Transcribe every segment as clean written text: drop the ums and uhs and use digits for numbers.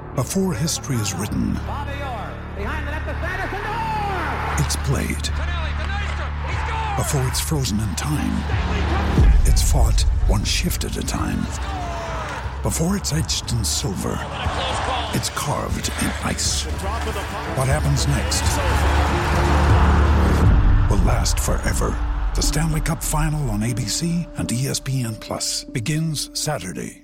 Before history is written, it's played. Before it's frozen in time, it's fought one shift at a time. Before it's etched in silver, it's carved in ice. What happens next will last forever. The Stanley Cup Final on ABC and ESPN Plus begins Saturday.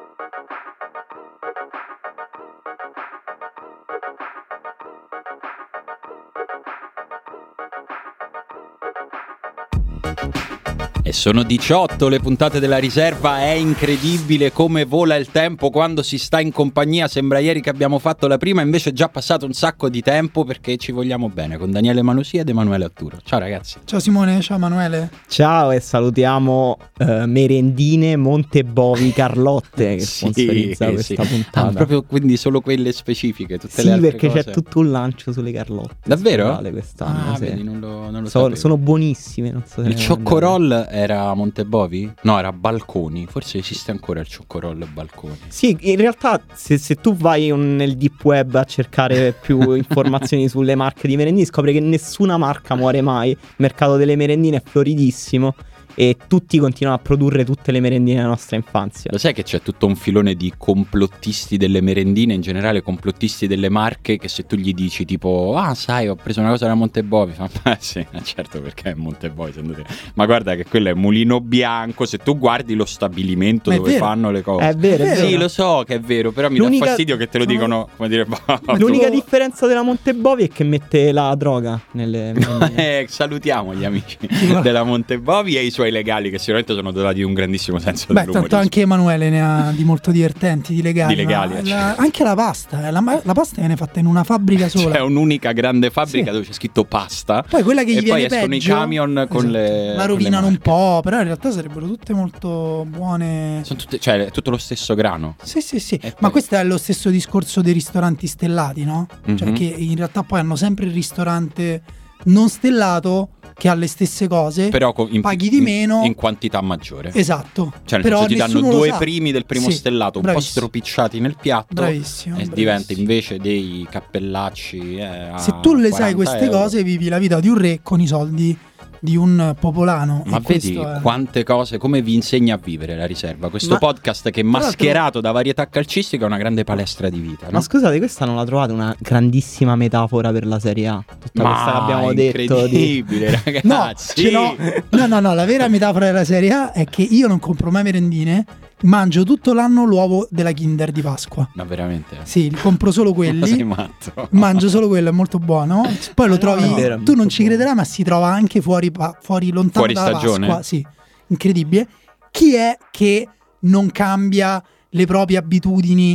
E sono 18 le puntate della riserva, è incredibile come vola il tempo quando si sta in compagnia, sembra ieri che abbiamo fatto la prima, invece è già passato un sacco di tempo perché ci vogliamo bene con Daniele Manusia ed Emanuele Atturo. Ciao ragazzi. Ciao Simone, ciao Emanuele. Ciao e salutiamo Merendine Montebovi Carlotte che sponsorizza questa puntata. Proprio quindi solo quelle specifiche, tutte sì, le altre perché cose. C'è tutto un lancio sulle Carlotte. Davvero? Quest'anno, sì. Vedi, non lo sapevo. Sono buonissime, non so se il Cioccorol era Montebovi? No, era Balconi. Forse esiste ancora il Cioccorol Balconi. Sì, in realtà se tu vai nel deep web a cercare più informazioni sulle marche di merendine, scopri che nessuna marca muore mai. Il mercato delle merendine è floridissimo e tutti continuano a produrre tutte le merendine della nostra infanzia. Lo sai che c'è tutto un filone di complottisti delle merendine, in generale complottisti delle marche, che se tu gli dici tipo sai, ho preso una cosa da Montebovi, fa sì, certo, perché è Montebovi, ma guarda che quello è Mulino Bianco, se tu guardi lo stabilimento dove fanno le cose. È vero. Sì, lo so che è vero, però mi dà fastidio che te lo dicono, come dire, l'unica differenza della Montebovi è che mette la droga nelle merendine. Salutiamo gli amici della Montebovi e i suoi legali, che sicuramente sono dotati di un grandissimo senso dell'umorismo. Tanto anche Emanuele ne ha di molto divertenti di legali. Anche la pasta, la pasta viene fatta in una fabbrica sola. C'è un'unica grande fabbrica dove c'è scritto pasta. Poi quella che gli viene poi escono peggio, i camion con le la rovinano un po', però in realtà sarebbero tutte molto buone. Sono tutte, cioè è tutto lo stesso grano. Sì. Ma questo è lo stesso discorso dei ristoranti stellati, no? Mm-hmm. Cioè che in realtà poi hanno sempre il ristorante non stellato che ha le stesse cose, però paghi di meno in quantità maggiore. Esatto. Cioè nel però senso ti danno due primi del primo sì, stellato un po' stropicciati nel piatto. Bravissimo. Diventa invece dei cappellacci se tu le sai queste cose vivi la vita di un re con i soldi di un popolano. Ma vedi quante cose, come vi insegna a vivere la riserva, questo podcast che mascherato da varietà calcistica è una grande palestra di vita, no? Ma scusate, questa non la trovate una grandissima metafora per la Serie A? Tutta questa che abbiamo detto incredibile ragazzi. No, la vera metafora della Serie A è che io non compro mai merendine, mangio tutto l'anno l'uovo della Kinder di Pasqua. Ma veramente? Sì, compro solo quelli. Sei matto. Mangio solo quello, è molto buono. Poi lo trovi, tu non ci crederai, ma si trova anche fuori lontano fuori dalla stagione? Pasqua. Sì, incredibile. Chi è che non cambia le proprie abitudini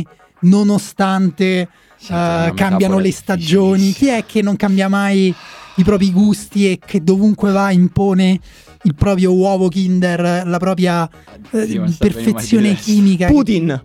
nonostante cambiano le stagioni? Chi è che non cambia mai i propri gusti e che dovunque va impone il proprio uovo Kinder, la propria perfezione chimica? Putin.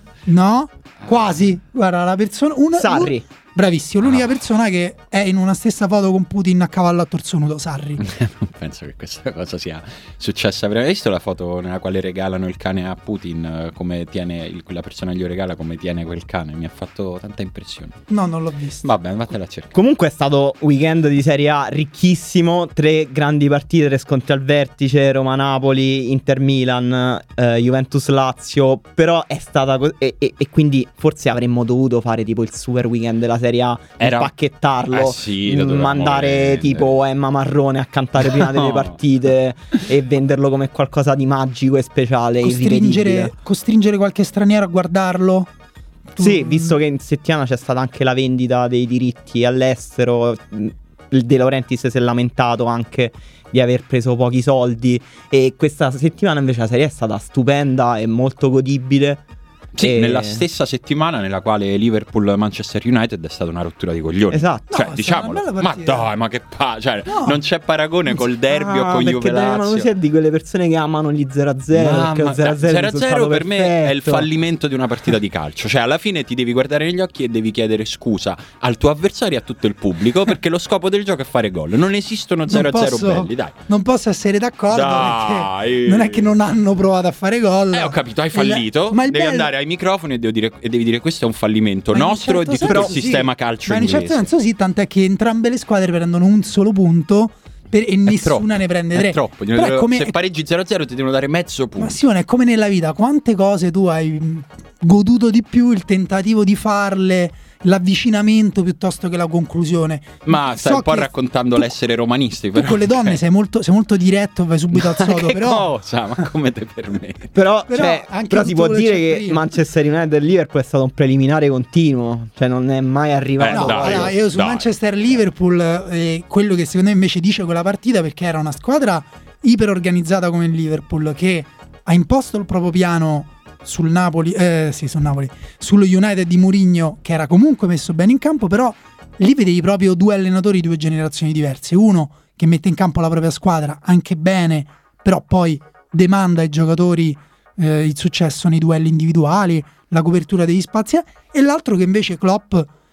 No? Quasi. Guarda, la persona Sarri. Bravissimo, l'unica persona che è in una stessa foto con Putin a cavallo a torso nudo, Sarri. Non penso che questa cosa sia successa. Hai visto la foto nella quale regalano il cane a Putin, come tiene la persona che glielo regala, come tiene quel cane? Mi ha fatto tanta impressione. No, non l'ho visto. Vabbè, vattela a cercare. Comunque è stato weekend di Serie A ricchissimo, 3 grandi partite, 3 scontri al vertice, Roma-Napoli, Inter-Milan, Juventus-Lazio, però è stata e quindi forse avremmo dovuto fare tipo il super weekend della Serie A, pacchettarlo, mandare tipo Emma Marrone a cantare prima delle partite e venderlo come qualcosa di magico e speciale, costringere qualche straniero a guardarlo. Sì, visto che in settimana c'è stata anche la vendita dei diritti all'estero, De Laurentiis si è lamentato anche di aver preso pochi soldi, e questa settimana invece la Serie A è stata stupenda e molto godibile. Sì, nella stessa settimana nella quale Liverpool-Manchester United è stata una rottura di coglioni. Esatto. Cioè, diciamolo. Ma dai, ma che cioè, non c'è paragone col derby o con Juve-Lazio. Ma è di quelle persone che amano gli 0-0. 0-0 per me è il fallimento di una partita di calcio. Cioè, alla fine ti devi guardare negli occhi e devi chiedere scusa al tuo avversario e a tutto il pubblico, perché lo scopo del gioco è fare gol. Non esistono 0-0 belli, dai. Non posso essere d'accordo, perché non è che non hanno provato a fare gol. Ho capito, hai fallito. Ma devi andare ai microfoni e devi dire questo è un fallimento Ma in un nostro certo e di tutto il senso sistema calcio Ma in un inglese. certo senso sì, tant'è che entrambe le squadre prendono un solo punto e nessuna ne prende 3. È troppo. Però è come, se pareggi 0-0 ti devono dare mezzo punto. ma Simone, è come nella vita, quante cose tu hai goduto di più, il tentativo di farle, l'avvicinamento piuttosto che la conclusione. Ma stai un po' che raccontando l'essere romanisti. tu Però con le donne sei molto diretto, vai subito al sodo, che però cosa? Ma come te permetti? Però anche si tutto può quello dire che c'è che prima. Manchester United e Liverpool è stato un preliminare continuo, cioè non è mai arrivato. No, dai, allora, io su dai. Manchester-Liverpool quello che secondo me invece dice quella partita, perché era una squadra iper organizzata come il Liverpool, che ha imposto il proprio piano sullo United di Mourinho, che era comunque messo bene in campo, però lì vedevi proprio due allenatori di due generazioni diverse, uno che mette in campo la propria squadra anche bene, però poi demanda ai giocatori il successo nei duelli individuali, la copertura degli spazi, e l'altro che invece Klopp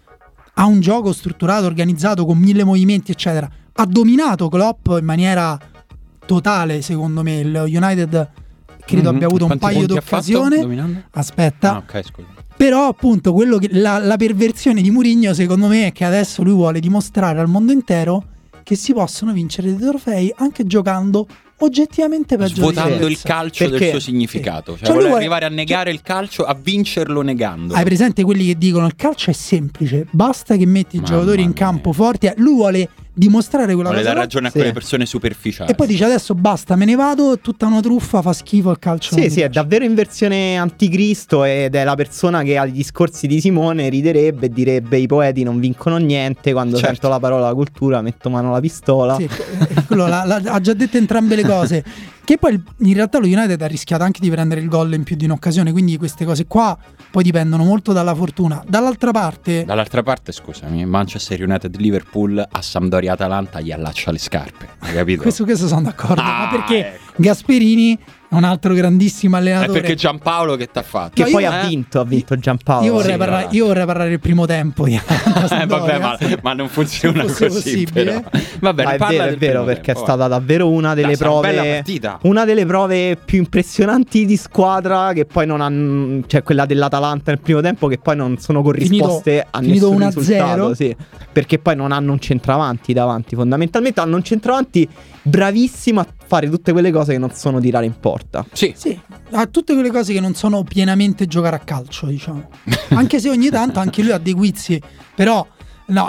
ha un gioco strutturato, organizzato, con 1000 movimenti eccetera. Ha dominato Klopp in maniera totale, secondo me. Il United credo abbia avuto un Quanti paio punti ha d'occasioni. fatto dominando? Aspetta, Ah, ok, scusa. però appunto quello che la perversione di Mourinho secondo me è che adesso lui vuole dimostrare al mondo intero che si possono vincere dei trofei anche giocando oggettivamente peggio Svuotando di il calcio Perché? del suo significato. Cioè, Cioè, lui vuole vuole- arrivare a negare il calcio, a vincerlo negando. Hai presente quelli che dicono il calcio è semplice, basta che metti i Mamma giocatori in mia. campo forti. Lui vuole dimostrare quella Vuole cosa dare là. ragione a Sì. quelle persone superficiali. E poi dice adesso basta, me ne vado, è tutta una truffa, fa schifo il calcio. Sì, è davvero in versione anticristo ed è la persona che agli discorsi di Simone riderebbe e direbbe i poeti non vincono niente, quando Certo. sento la parola cultura metto mano alla pistola. Sì, quello ha già detto entrambe le cose. Che poi in realtà lo United ha rischiato anche di prendere il gol in più di un'occasione, quindi queste cose qua poi dipendono molto dalla fortuna. Dall'altra parte Scusami, Manchester United-Liverpool a Sampdoria-Atalanta gli allaccia le scarpe. Hai capito? questo sono d'accordo, ma perché ecco. Gasperini è un altro grandissimo È allenatore. perché Giampaolo che t'ha fatto? Che No, poi io- ha vinto Giampaolo. Io vorrei, Sì, parlare, vabbè. io vorrei parlare del primo tempo di Vabbè, ma non funziona Se fosse così. possibile. Però. Va bene, Ma parla è del vero primo perché tempo, è stata davvero una delle Dai, sarà una bella prove, partita. una delle prove più impressionanti di squadra, che poi non hanno, cioè quella dell'Atalanta nel primo tempo, che poi non sono corrisposte a finito nessun 1-0. risultato, sì, perché poi non hanno un centravanti davanti, fondamentalmente hanno un centravanti bravissimo a fare tutte quelle cose che non sono tirare in porta. Sì. Sì, ha tutte quelle cose che non sono pienamente giocare a calcio, diciamo. Anche se ogni tanto anche lui ha dei guizzi. Però, no,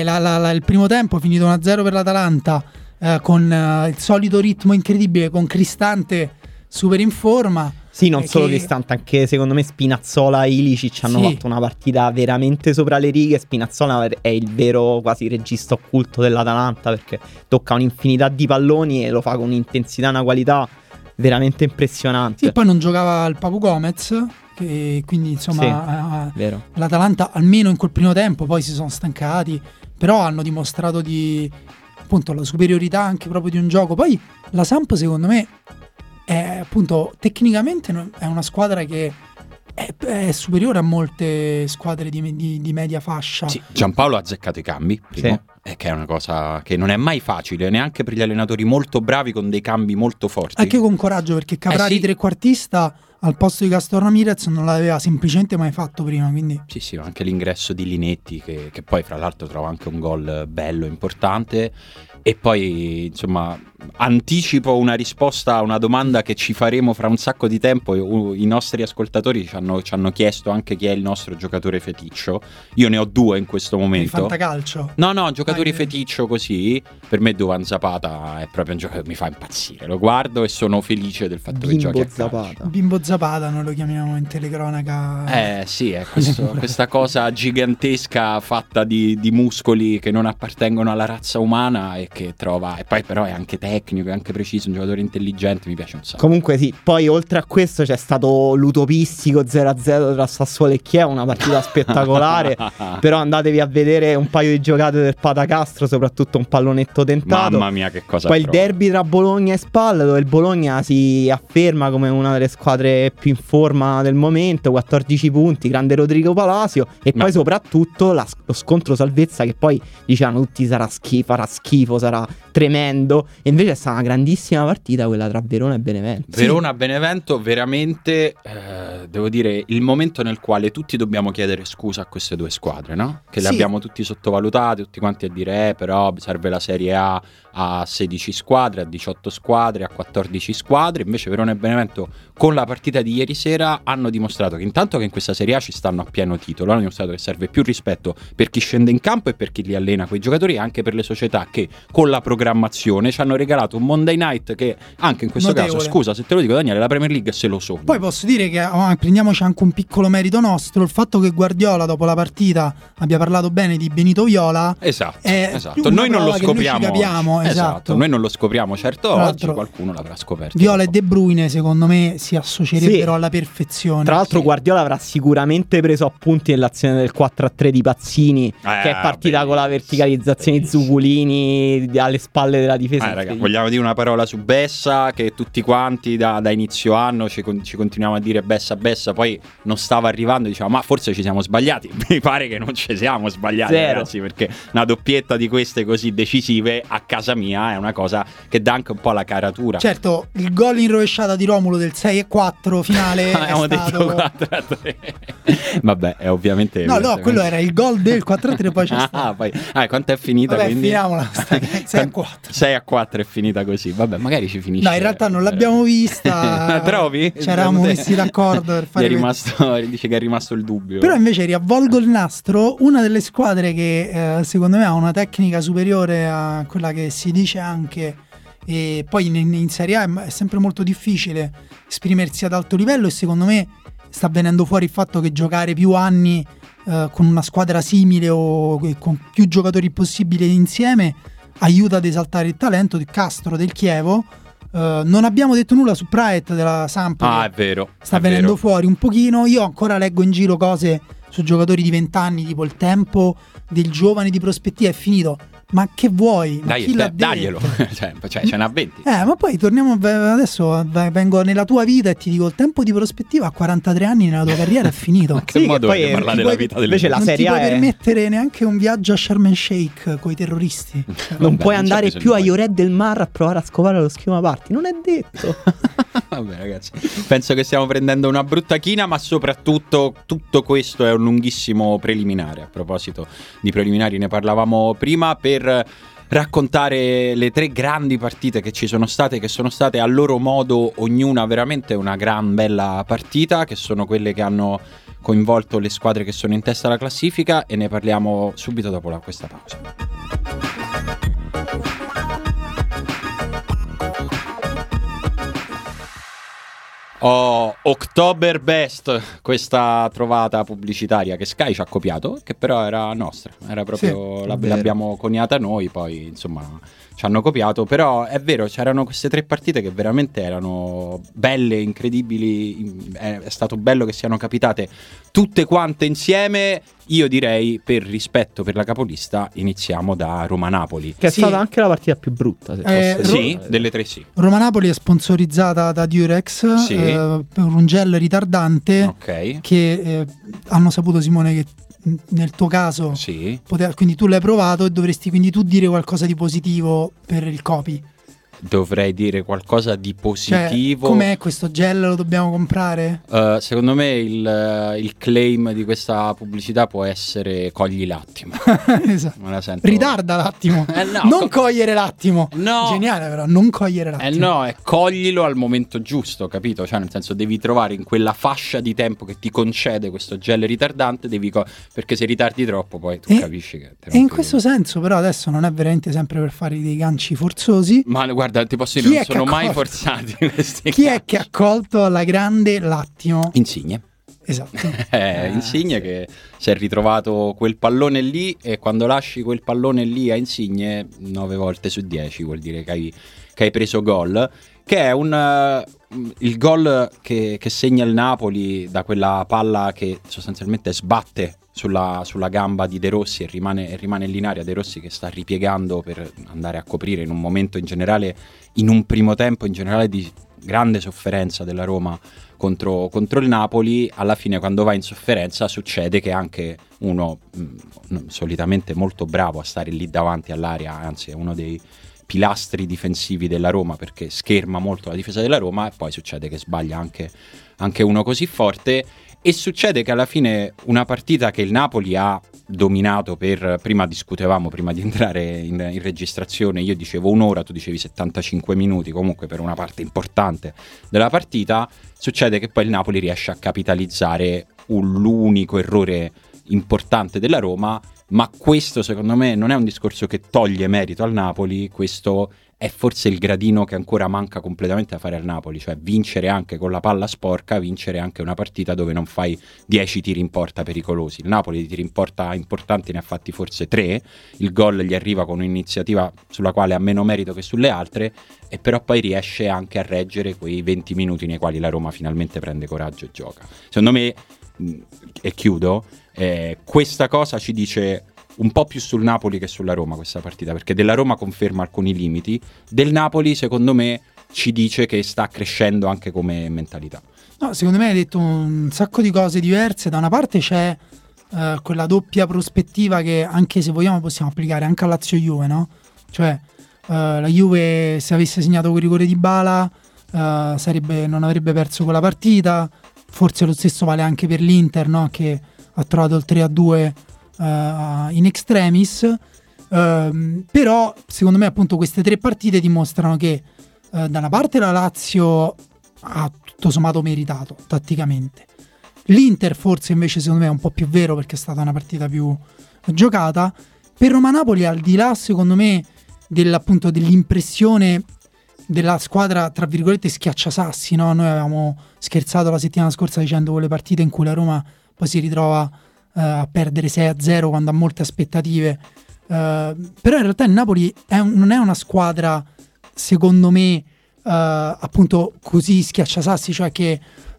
il primo tempo finito 1-0 per l'Atalanta, con il solito ritmo incredibile, con Cristante super in forma. Sì, non che- solo Cristante, anche secondo me Spinazzola e Ilicic hanno Sì. fatto una partita veramente sopra le righe. Spinazzola è il vero quasi regista occulto dell'Atalanta, perché tocca un'infinità di palloni e lo fa con un'intensità e una qualità veramente impressionante. Sì, poi non giocava il Papu Gomez, che quindi insomma Vero. l'Atalanta almeno in quel primo tempo, poi si sono stancati, però hanno dimostrato appunto la superiorità anche proprio di un gioco. Poi la Samp secondo me è appunto tecnicamente è una squadra che è superiore a molte squadre di media fascia. Sì, Giampaolo ha azzeccato i cambi, primo, che è una cosa che non è mai facile, neanche per gli allenatori molto bravi con dei cambi molto forti. Anche con coraggio, perché Caprari sì. trequartista al posto di Castor Ramirez non l'aveva semplicemente mai fatto prima, quindi Sì, ma anche l'ingresso di Linetti che poi fra l'altro trova anche un gol bello, importante. E poi insomma anticipo una risposta a una domanda che ci faremo fra un sacco di tempo. I nostri ascoltatori ci hanno chiesto anche chi è il nostro giocatore feticcio. Io ne ho due in questo il momento. fantacalcio. No, giocatori Ah, feticcio così. Per me Duvan Zapata è proprio un giocatore che mi fa impazzire. Lo guardo e sono felice del fatto che giochi Bimbo a calcio. Zapata. Bimbo Zapata noi lo chiamiamo in telecronaca. Sì, è questa cosa gigantesca fatta di muscoli che non appartengono alla razza umana e che trova. E poi però è anche tecnico, è anche preciso, un giocatore intelligente, mi piace un sacco. Comunque sì, poi oltre a questo c'è stato l'utopistico 0-0 tra Sassuolo e Chievo, una partita spettacolare. Però andatevi a vedere un paio di giocate del Patacastro, soprattutto un pallonetto tentato. Mamma mia, che cosa Poi il prova. derby tra Bologna e Spal, dove il Bologna si afferma come una delle squadre più in forma del momento, 14 punti, grande Rodrigo Palacio. E Ma- poi soprattutto lo scontro salvezza, che poi dicevano tutti farà schifo, sarà tremendo. E invece invece è stata una grandissima partita quella tra Verona e Benevento. Verona-Benevento, veramente, devo dire, il momento nel quale tutti dobbiamo chiedere scusa a queste due squadre, no? Che le abbiamo tutti sottovalutate, tutti quanti a dire però serve la Serie A 16 squadre, a 18 squadre, a 14 squadre. Invece Verona e Benevento con la partita di ieri sera hanno dimostrato che intanto che in questa Serie A ci stanno a pieno titolo, hanno dimostrato che serve più rispetto per chi scende in campo e per chi li allena quei giocatori, e anche per le società che con la programmazione ci hanno regalato un Monday Night che anche in questo caso, scusa se te lo dico Daniele, la Premier League se lo sogna. Poi posso dire che prendiamoci anche un piccolo merito nostro, il fatto che Guardiola dopo la partita abbia parlato bene di Benito Viola. Esatto. Noi non lo scopriamo, noi capiamo, esatto. Noi non lo scopriamo, certo, oggi qualcuno l'avrà scoperto. Viola e De Bruyne secondo me si associerebbero alla perfezione. Tra l'altro Guardiola avrà sicuramente preso appunti nell'azione del 4-3 di Pazzini, che è partita con la verticalizzazione di Zuculini alle spalle della difesa. Raga, vogliamo dire una parola su Bessa, che tutti quanti da inizio anno ci continuiamo a dire Bessa, poi non stava arrivando, diciamo ma forse ci siamo sbagliati. Mi pare che non ci siamo sbagliati, ragazzi, perché una doppietta di queste così decisive a casa mia è una cosa che dà anche un po' la caratura. Certo, il gol in rovesciata di Romulo del 6-4 finale è stato 4-3. Vabbè, è ovviamente no, quello era il gol del 4-3, poi c'è stato. Poi quanto è finita? Vabbè, quindi finiamola 6-4. 6-4 è finita così. Vabbè, magari ci finisce. No, in realtà non l'abbiamo vista. Trovi? Ci eravamo messi d'accordo per fare. Dice che è rimasto il dubbio. Però invece riavvolgo il nastro, una delle squadre che secondo me ha una tecnica superiore a quella che si dice anche, e poi in Serie A è sempre molto difficile esprimersi ad alto livello, e secondo me sta venendo fuori il fatto che giocare più anni con una squadra simile o con più giocatori possibili insieme aiuta ad esaltare il talento di Castro del Chievo. Non abbiamo detto nulla su Praet della Samp. È vero. Sta venendo fuori un pochino. Io ancora leggo in giro cose su giocatori di 20 anni, tipo il tempo del giovane di prospettiva è finito. Ma che vuoi? Daglielo. cioè ce n'ha 20. Ma poi torniamo adesso, vengo nella tua vita e ti dico il tempo di prospettiva a 43 anni nella tua carriera è finito. Ma che modo è di parlare della vita delle invece la Serie A non ti puoi permettere neanche un viaggio a Sharm el Sheikh coi terroristi. Non puoi andare più a Lloret del Mar a provare a scovare lo schiuma party. Non è detto. Vabbè ragazzi, penso che stiamo prendendo una brutta china, ma soprattutto tutto questo è un lunghissimo preliminare. A proposito di preliminari, ne parlavamo prima, per raccontare le 3 grandi partite che ci sono state, che sono state a loro modo ognuna veramente una gran bella partita, che sono quelle che hanno coinvolto le squadre che sono in testa alla classifica, e ne parliamo subito dopo questa pausa. Oktoberbest, questa trovata pubblicitaria che Sky ci ha copiato, che però era nostra, era proprio l'abbiamo coniata noi, poi insomma ci hanno copiato. Però è vero, c'erano queste 3 partite che veramente erano belle, incredibili, è stato bello che siano capitate tutte quante insieme. Io direi, per rispetto per la capolista, iniziamo da Roma-Napoli, che è stata anche la partita più brutta, delle 3 sì. Roma-Napoli è sponsorizzata da Durex, per un gel ritardante, che hanno saputo, Simone, che nel tuo caso quindi tu l'hai provato e dovresti quindi tu dire qualcosa di positivo per il copy. Dovrei dire qualcosa di positivo. Com'è questo gel? Lo dobbiamo comprare? Secondo me il claim di questa pubblicità può essere cogli l'attimo. Esatto. Me la sento. Ritarda l'attimo. Non cogliere l'attimo. No. Geniale, però, non cogliere l'attimo. No, è coglilo al momento giusto, capito? Cioè, nel senso, devi trovare in quella fascia di tempo che ti concede questo gel ritardante, perché se ritardi troppo poi tu capisci che e in questo senso, però, adesso non è veramente sempre per fare dei ganci forzosi. Ma guarda, ti posso dire, non sono mai forzati questi Chi è che ha colto alla grande l'attimo? Insigne. Esatto. Insigne che si è ritrovato quel pallone lì, e quando lasci quel pallone lì a Insigne 9 volte su 10 vuol dire che hai preso gol, che è il gol che segna il Napoli da quella palla che sostanzialmente sbatte sulla gamba di De Rossi e rimane in aria. De Rossi che sta ripiegando per andare a coprire in un momento in un primo tempo in generale di grande sofferenza della Roma contro il Napoli. Alla fine, quando va in sofferenza, succede che anche uno solitamente molto bravo a stare lì davanti all'area, anzi è uno dei pilastri difensivi della Roma, perché scherma molto la difesa della Roma, e poi succede che sbaglia anche uno così forte, e succede che alla fine una partita che il Napoli ha dominato prima discutevamo, prima di entrare in registrazione, io dicevo un'ora, tu dicevi 75 minuti, comunque per una parte importante della partita, succede che poi il Napoli riesce a capitalizzare l'unico errore importante della Roma, ma questo secondo me non è un discorso che toglie merito al Napoli, questo è forse il gradino che ancora manca completamente da fare al Napoli, cioè vincere anche con la palla sporca, vincere anche una partita dove non fai 10 tiri in porta pericolosi. Il Napoli di tiri in porta importanti ne ha fatti forse 3, il gol gli arriva con un'iniziativa sulla quale ha meno merito che sulle altre, e però poi riesce anche a reggere quei 20 minuti nei quali la Roma finalmente prende coraggio e gioca. Secondo me, e chiudo, questa cosa ci dice un po' più sul Napoli che sulla Roma questa partita, perché della Roma conferma alcuni limiti, del Napoli secondo me ci dice che sta crescendo anche come mentalità. No, secondo me hai detto un sacco di cose diverse. Da una parte c'è quella doppia prospettiva che, anche se vogliamo, possiamo applicare anche a Lazio-Juve, no? Cioè la Juve, se avesse segnato quel rigore di Dybala, non avrebbe perso quella partita. Forse lo stesso vale anche per l'Inter, no? Che ha trovato il 3-2 in extremis, però secondo me appunto queste 3 partite dimostrano che da una parte la Lazio ha tutto sommato meritato tatticamente, l'Inter forse invece secondo me è un po' più vero perché è stata una partita più giocata. Per Roma-Napoli, al di là secondo me appunto dell'impressione della squadra tra virgolette schiacciasassi, no? Noi avevamo scherzato la settimana scorsa dicendo quelle partite in cui la Roma poi si ritrova a perdere 6-0 quando ha molte aspettative, però in realtà il Napoli non è una squadra secondo me appunto così schiacciasassi, cioè che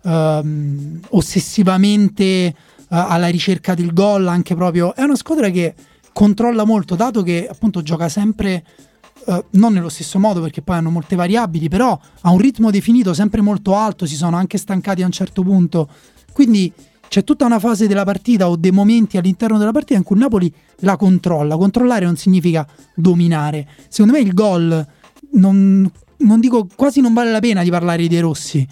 ossessivamente alla ricerca del gol, anche proprio è una squadra che controlla molto, dato che appunto gioca sempre non nello stesso modo perché poi hanno molte variabili, però ha un ritmo definito sempre molto alto, si sono anche stancati a un certo punto, quindi c'è tutta una fase della partita o dei momenti all'interno della partita in cui il Napoli la controlla. Controllare non significa dominare. Secondo me il gol, non dico, quasi non vale la pena di parlare di De Rossi.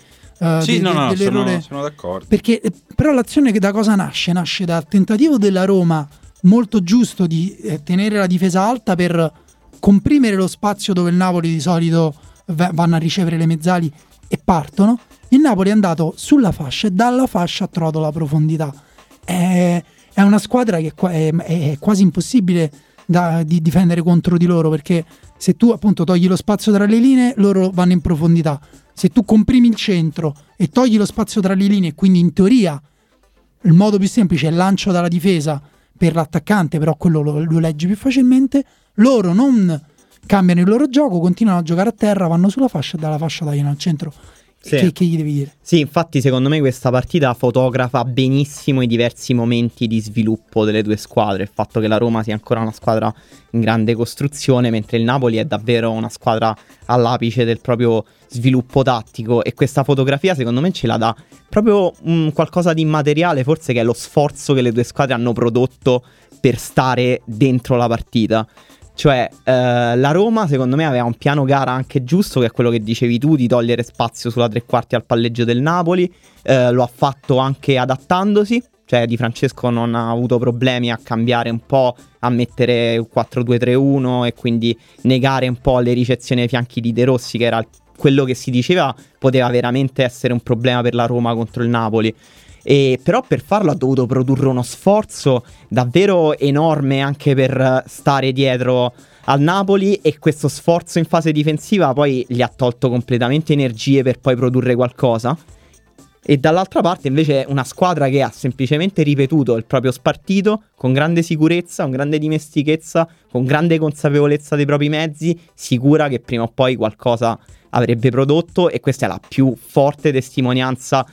Sono d'accordo. Perché però l'azione che da cosa nasce? Nasce dal tentativo della Roma molto giusto di tenere la difesa alta per comprimere lo spazio dove il Napoli di solito vanno a ricevere le mezzali e partono. Il Napoli è andato sulla fascia e dalla fascia ha trovato la profondità. È una squadra che è quasi impossibile di difendere contro di loro, perché se tu appunto togli lo spazio tra le linee, loro vanno in profondità. Se tu comprimi il centro e togli lo spazio tra le linee, quindi in teoria il modo più semplice è il lancio dalla difesa per l'attaccante, però quello lo leggi più facilmente, loro non cambiano il loro gioco, continuano a giocare a terra, vanno sulla fascia e dalla fascia tagliano al centro. Sì. Che gli devi dire? Sì, infatti secondo me questa partita fotografa benissimo i diversi momenti di sviluppo delle due squadre, il fatto che la Roma sia ancora una squadra in grande costruzione, mentre il Napoli è davvero una squadra all'apice del proprio sviluppo tattico, e questa fotografia secondo me ce la dà proprio qualcosa di immateriale, forse, che è lo sforzo che le due squadre hanno prodotto per stare dentro la partita. Cioè la Roma secondo me aveva un piano gara anche giusto, che è quello che dicevi tu, di togliere spazio sulla tre quarti al palleggio del Napoli, lo ha fatto anche adattandosi, cioè Di Francesco non ha avuto problemi a cambiare un po', a mettere 4-2-3-1 e quindi negare un po' le ricezioni ai fianchi di De Rossi, che era quello che si diceva poteva veramente essere un problema per la Roma contro il Napoli. E però per farlo ha dovuto produrre uno sforzo davvero enorme anche per stare dietro al Napoli, e questo sforzo in fase difensiva poi gli ha tolto completamente energie per poi produrre qualcosa. E dall'altra parte invece una squadra che ha semplicemente ripetuto il proprio spartito con grande sicurezza, con grande dimestichezza, con grande consapevolezza dei propri mezzi, sicura che prima o poi qualcosa avrebbe prodotto, e questa è la più forte testimonianza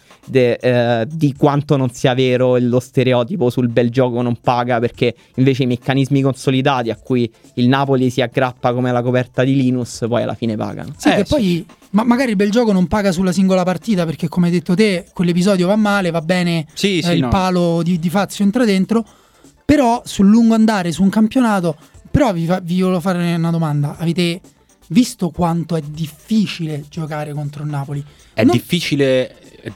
di quanto non sia vero lo stereotipo sul bel gioco non paga, perché invece i meccanismi consolidati a cui il Napoli si aggrappa come la coperta di Linus poi alla fine pagano. Sì, che poi magari il bel gioco non paga sulla singola partita, perché come hai detto te quell'episodio va male, va bene, il palo di Fazio entra dentro, però sul lungo andare, su un campionato, però vi volevo fare una domanda: avete visto quanto è difficile giocare contro il Napoli. È difficile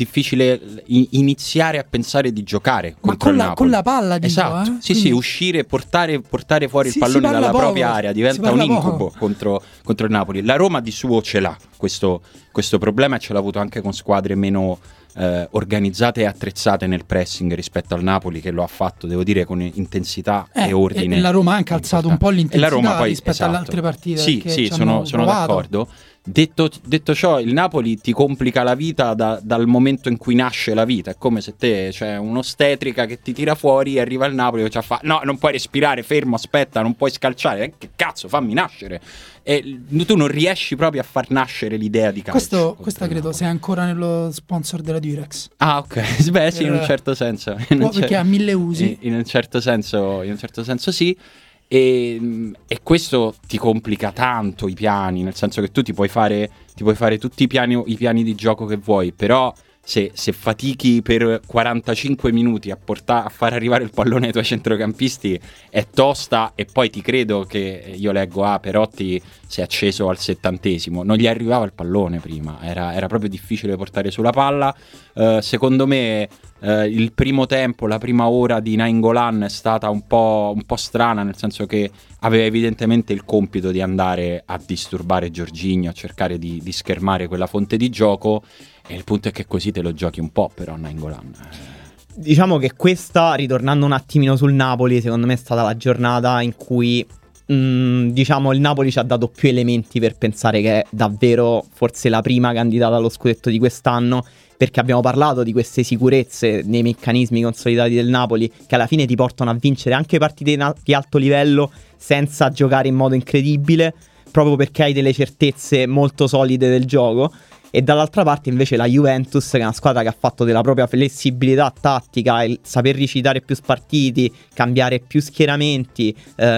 iniziare a pensare di giocare contro il Napoli. Con la palla, dico, esatto. Sì, quindi... sì, uscire, portare fuori il pallone dalla propria area diventa un incubo contro il Napoli. La Roma di suo ce l'ha questo problema, e ce l'ha avuto anche con squadre meno organizzate e attrezzate nel pressing rispetto al Napoli, che lo ha fatto, devo dire, con intensità e ordine. E la Roma ha anche alzato un po' l'intensità poi, rispetto alle altre partite. Sì, sono d'accordo. Detto ciò, il Napoli ti complica la vita dal momento in cui nasce la vita. È come se te c'è un'ostetrica che ti tira fuori e arriva il Napoli e fa: no, non puoi respirare, fermo, aspetta, non puoi scalciare. Che cazzo, fammi nascere. E tu non riesci proprio a far nascere l'idea di calcio. Questa credo sia ancora nello sponsor della Durex. Ah, ok. Beh, sì, in un certo senso. Perché ha 1000 usi. In un certo senso sì. E questo ti complica tanto i piani, nel senso che tu ti puoi fare tutti i piani di gioco che vuoi, però se fatichi per 45 minuti a far arrivare il pallone ai tuoi centrocampisti è tosta. E poi ti credo che io leggo Perotti si è acceso al 70°, non gli arrivava il pallone prima, era proprio difficile portare sulla palla. Secondo me il primo tempo, la prima ora di Nainggolan è stata un po' strana, nel senso che aveva evidentemente il compito di andare a disturbare Jorginho, a cercare di schermare quella fonte di gioco, e il punto è che così te lo giochi un po', però Nainggolan. Diciamo che questa, ritornando un attimino sul Napoli, secondo me è stata la giornata in cui diciamo il Napoli ci ha dato più elementi per pensare che è davvero forse la prima candidata allo scudetto di quest'anno, perché abbiamo parlato di queste sicurezze nei meccanismi consolidati del Napoli che alla fine ti portano a vincere anche partite di alto livello senza giocare in modo incredibile, proprio perché hai delle certezze molto solide del gioco. E dall'altra parte invece la Juventus, che è una squadra che ha fatto della propria flessibilità tattica, il saper recitare più spartiti, cambiare più schieramenti,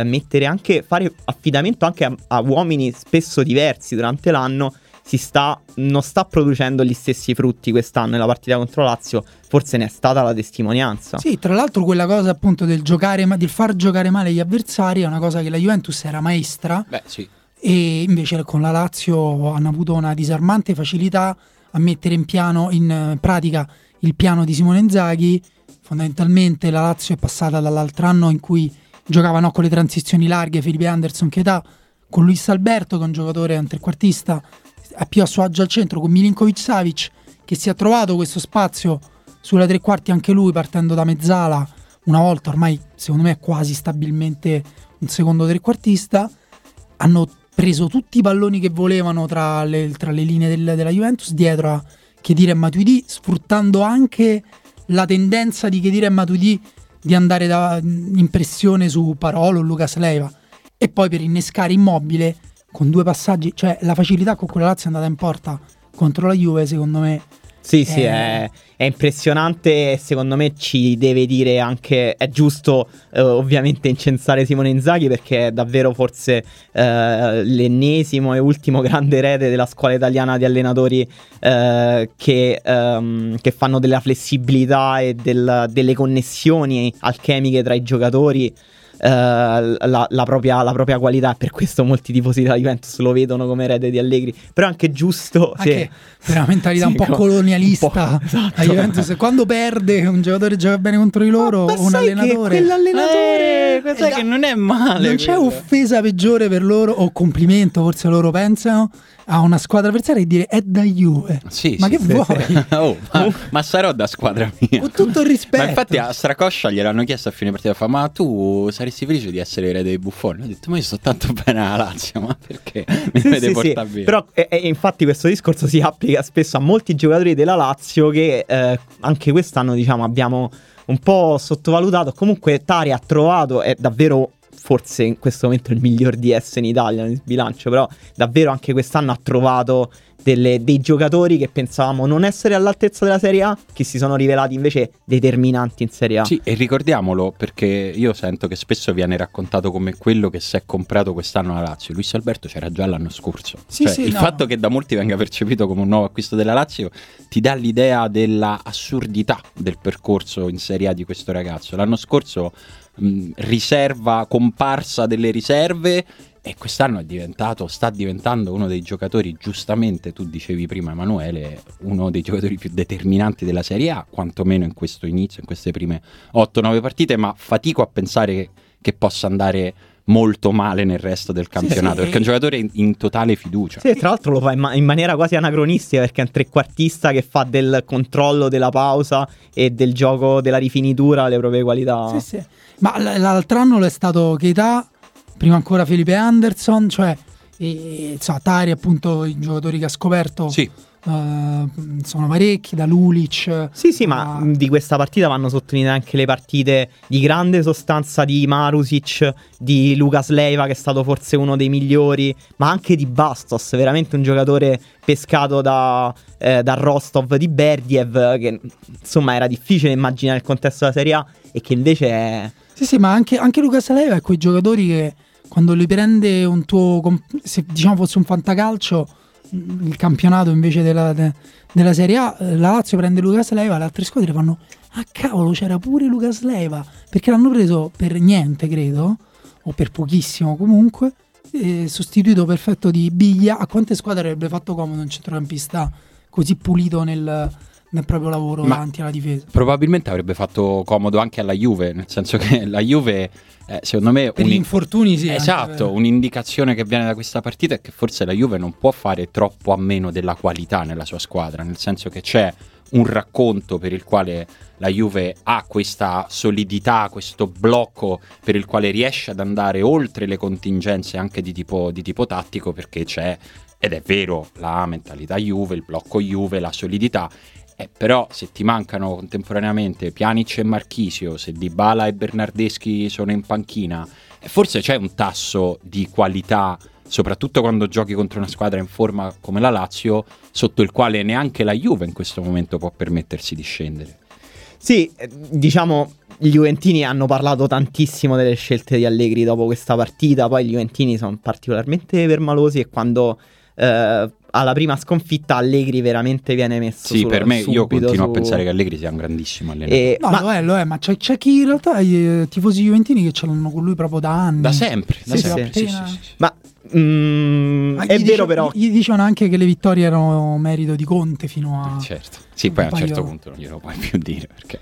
fare affidamento anche a uomini spesso diversi durante l'anno, non sta producendo gli stessi frutti quest'anno. Nella partita contro Lazio forse ne è stata la testimonianza. Sì, tra l'altro quella cosa appunto del far giocare male gli avversari è una cosa che la Juventus era maestra. Beh, sì. E invece con la Lazio hanno avuto una disarmante facilità a mettere in pratica il piano di Simone Inzaghi. Fondamentalmente la Lazio è passata dall'altro anno in cui giocavano con le transizioni larghe, Felipe Anderson, Keita, con Luis Alberto, che è un giocatore, un trequartista più a suo agio al centro, con Milinkovic-Savic, che si è trovato questo spazio sulla tre quarti anche lui, partendo da mezzala una volta, ormai secondo me è quasi stabilmente un secondo trequartista. Hanno preso tutti i palloni che volevano tra le linee della Juventus dietro a Khedira e Matuidi, sfruttando anche la tendenza di Khedira e Matuidi di andare in pressione su Parolo o Lucas Leiva, e poi per innescare Immobile con 2 passaggi. Cioè la facilità con cui la Lazio è andata in porta contro la Juve, secondo me sì, è impressionante, e secondo me ci deve dire anche, è giusto ovviamente incensare Simone Inzaghi, perché è davvero forse l'ennesimo e ultimo grande erede della scuola italiana di allenatori che fanno della flessibilità e delle connessioni alchemiche tra i giocatori la propria qualità. Per questo molti tifosi della Juventus lo vedono come erede di Allegri, però è anche giusto anche per una mentalità un po' colonialista. Esatto. La Juventus quando perde un giocatore gioca bene contro di loro, ma un allenatore, quell'allenatore che non è male, non c'è offesa peggiore per loro, o complimento forse loro pensano, a una squadra avversaria e dire è da Juve. Sì, ma sì, che vuoi? ma sarò da squadra mia. Con tutto il rispetto. Ma infatti a Stracoscia gliel'hanno chiesto a fine partita, ma tu saresti felice di essere erede dei Buffon? Ho detto, ma io sto tanto bene alla Lazio, ma perché mi dovete portare via? Però infatti questo discorso si applica spesso a molti giocatori della Lazio che anche quest'anno, diciamo, abbiamo un po' sottovalutato. Comunque Tari ha trovato, è davvero forse in questo momento il miglior DS in Italia nel sbilancio, però davvero anche quest'anno ha trovato dei giocatori che pensavamo non essere all'altezza della Serie A, che si sono rivelati invece determinanti in Serie A. Sì, e ricordiamolo, perché io sento che spesso viene raccontato come quello che si è comprato quest'anno la Lazio. Luis Alberto c'era già l'anno scorso. Sì, il fatto che da molti venga percepito come un nuovo acquisto della Lazio ti dà l'idea della assurdità del percorso in Serie A di questo ragazzo. L'anno scorso riserva comparsa delle riserve, e quest'anno sta diventando uno dei giocatori, giustamente tu dicevi prima Emanuele, uno dei giocatori più determinanti della Serie A, quantomeno in questo inizio, in queste prime 8-9 partite, ma fatico a pensare che possa andare molto male nel resto del campionato, perché è un giocatore in totale fiducia. Sì, tra l'altro lo fa in maniera quasi anacronistica, perché è un trequartista che fa del controllo della pausa e del gioco della rifinitura le proprie qualità. Sì. Ma l'altro anno lo è stato Keita, prima ancora Felipe Anderson, cioè Tari, appunto, i giocatori che ha scoperto. Sì. Sono parecchi, da Lulic. Sì, ma di questa partita vanno sottolineate anche le partite di grande sostanza di Marusic, di Lucas Leiva, che è stato forse uno dei migliori, ma anche di Bastos, veramente un giocatore pescato da Rostov, di Berdiev, che insomma era difficile immaginare il contesto della Serie A e che invece è... Sì, ma anche Lucas Leiva è quei giocatori che quando li prende un tuo, se diciamo fosse un fantacalcio, il campionato invece della Serie A, la Lazio prende Lucas Leiva, le altre squadre fanno cavolo, c'era pure Lucas Leiva, perché l'hanno preso per niente, credo, o per pochissimo comunque, sostituito perfetto di Biglia. A quante squadre avrebbe fatto comodo un centrocampista così pulito nel proprio lavoro davanti alla difesa? Probabilmente avrebbe fatto comodo anche alla Juve, nel senso che la Juve, secondo me, per gli infortuni, sì, esatto, un'indicazione che viene da questa partita è che forse la Juve non può fare troppo a meno della qualità nella sua squadra, nel senso che c'è un racconto per il quale la Juve ha questa solidità, questo blocco per il quale riesce ad andare oltre le contingenze anche di tipo tattico, perché c'è, ed è vero, la mentalità Juve, il blocco Juve, la solidità. Però se ti mancano contemporaneamente Pjanic e Marchisio, se Dybala e Bernardeschi sono in panchina, forse c'è un tasso di qualità, soprattutto quando giochi contro una squadra in forma come la Lazio, sotto il quale neanche la Juve in questo momento può permettersi di scendere. Sì, diciamo, gli juventini hanno parlato tantissimo delle scelte di Allegri dopo questa partita. Poi gli juventini sono particolarmente permalosi e quando alla prima sconfitta Allegri veramente viene messo per me, io continuo a pensare che Allegri sia un grandissimo allenatore. No, lo è, ma c'è chi in realtà i tifosi juventini che ce l'hanno con lui proprio da anni. Da sempre. Sì. Ma è vero, però gli dicevano anche che le vittorie erano merito di Conte fino a... Certo. Sì, poi a un certo punto non glielo puoi più dire, perché...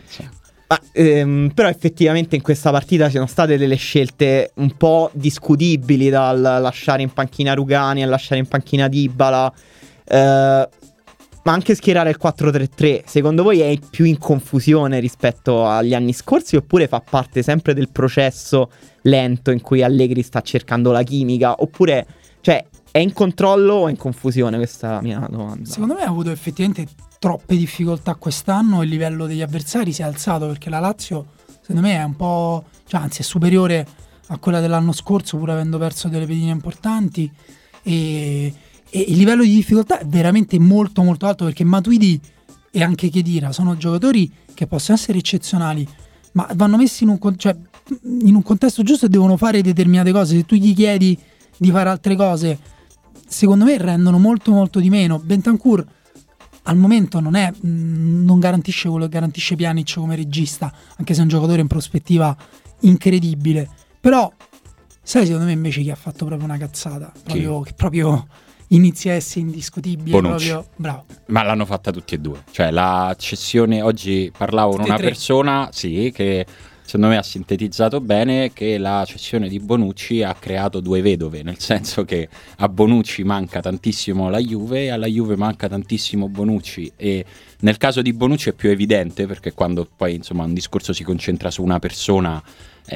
però effettivamente in questa partita ci sono state delle scelte un po' discutibili, dal lasciare in panchina Rugani e lasciare in panchina Dybala, ma anche schierare il 4-3-3 secondo voi è più in confusione rispetto agli anni scorsi, oppure fa parte sempre del processo lento in cui Allegri sta cercando la chimica, oppure cioè è in controllo o è in confusione? Questa è la mia domanda. Secondo me ha avuto effettivamente troppe difficoltà quest'anno, il livello degli avversari si è alzato, perché la Lazio secondo me è un po', cioè anzi è superiore a quella dell'anno scorso, pur avendo perso delle pedine importanti, e il livello di difficoltà è veramente molto molto alto, perché Matuidi e anche Khedira sono giocatori che possono essere eccezionali, ma vanno messi in un contesto giusto e devono fare determinate cose. Se tu gli chiedi di fare altre cose, secondo me rendono molto molto di meno. Bentancur al momento non garantisce quello che garantisce Pjanic come regista, anche se è un giocatore in prospettiva incredibile. Però sai, secondo me invece chi ha fatto proprio una cazzata, che proprio inizia a essere indiscutibile, Bonucci. proprio bravo. Ma l'hanno fatta tutti e due, cioè la cessione, oggi parlavo con una persona che secondo me ha sintetizzato bene che la cessione di Bonucci ha creato due vedove, nel senso che a Bonucci manca tantissimo la Juve e alla Juve manca tantissimo Bonucci, e nel caso di Bonucci è più evidente, perché quando poi insomma un discorso si concentra su una persona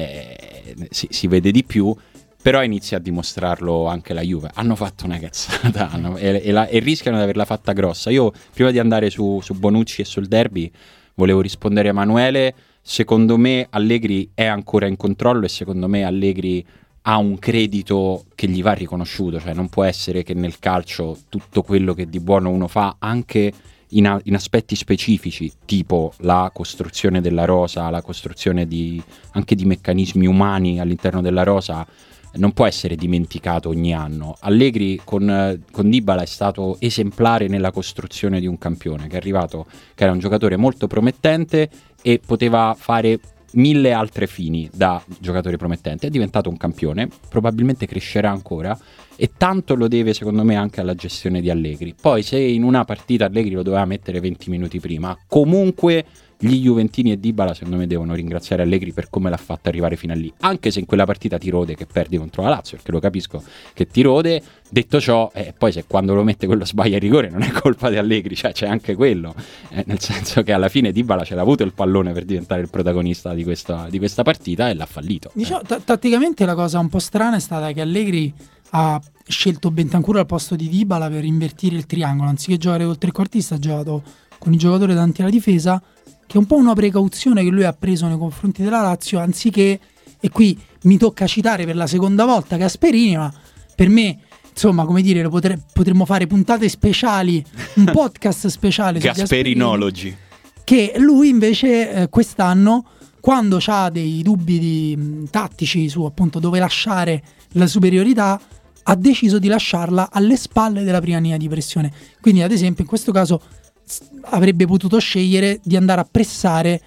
si vede di più, però inizia a dimostrarlo anche la Juve. Hanno fatto una cazzata e rischiano di averla fatta grossa. Io prima di andare su Bonucci e sul derby volevo rispondere a Emanuele. Secondo me Allegri è ancora in controllo e secondo me Allegri ha un credito che gli va riconosciuto, cioè non può essere che nel calcio tutto quello che di buono uno fa, anche in aspetti specifici, tipo la costruzione della rosa, la costruzione anche di meccanismi umani all'interno della rosa, non può essere dimenticato ogni anno. Allegri con Dybala è stato esemplare nella costruzione di un campione che è arrivato, che era un giocatore molto promettente e poteva fare mille altre fini da giocatore promettente, è diventato un campione, probabilmente crescerà ancora e tanto lo deve secondo me anche alla gestione di Allegri. Poi se in una partita Allegri lo doveva mettere 20 minuti prima, comunque gli Juventini e Dybala secondo me devono ringraziare Allegri per come l'ha fatto arrivare fino a lì, anche se in quella partita ti rode che perdi contro la Lazio, perché lo capisco che ti rode. Detto ciò, poi se quando lo mette quello sbaglia il rigore non è colpa di Allegri, cioè c'è anche quello, nel senso che alla fine Dybala ce l'ha avuto il pallone per diventare il protagonista di questa partita e l'ha fallito. Diciamo, tatticamente la cosa un po' strana è stata che Allegri ha scelto Bentancur al posto di Dybala per invertire il triangolo, anziché giocare col trequartista ha giocato con i giocatori davanti alla difesa, che è un po' una precauzione che lui ha preso nei confronti della Lazio, anziché, e qui mi tocca citare per la seconda volta Gasperini, ma per me, insomma, come dire, potremmo fare puntate speciali, un podcast speciale su Gasperinology, che lui invece quest'anno, quando ha dei dubbi tattici su appunto dove lasciare la superiorità, ha deciso di lasciarla alle spalle della prima linea di pressione. Quindi ad esempio in questo caso avrebbe potuto scegliere di andare a pressare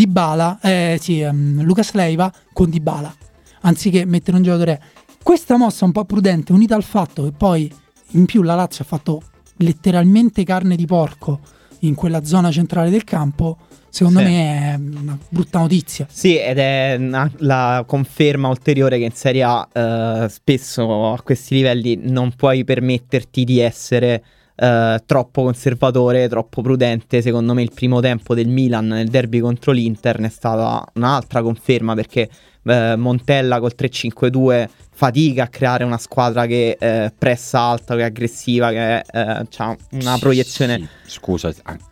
Lucas Leiva con Dybala anziché mettere un giocatore. Questa mossa un po' prudente, unita al fatto che poi in più la Lazio ha fatto letteralmente carne di porco in quella zona centrale del campo, secondo me è una brutta notizia. Sì, ed è la conferma ulteriore che in Serie A spesso a questi livelli non puoi permetterti di essere troppo conservatore, troppo prudente. Secondo me il primo tempo del Milan nel derby contro l'Inter è stata un'altra conferma, perché Montella col 3-5-2 fatica a creare una squadra che pressa alta, che è aggressiva, che ha una proiezione. Sì, scusa,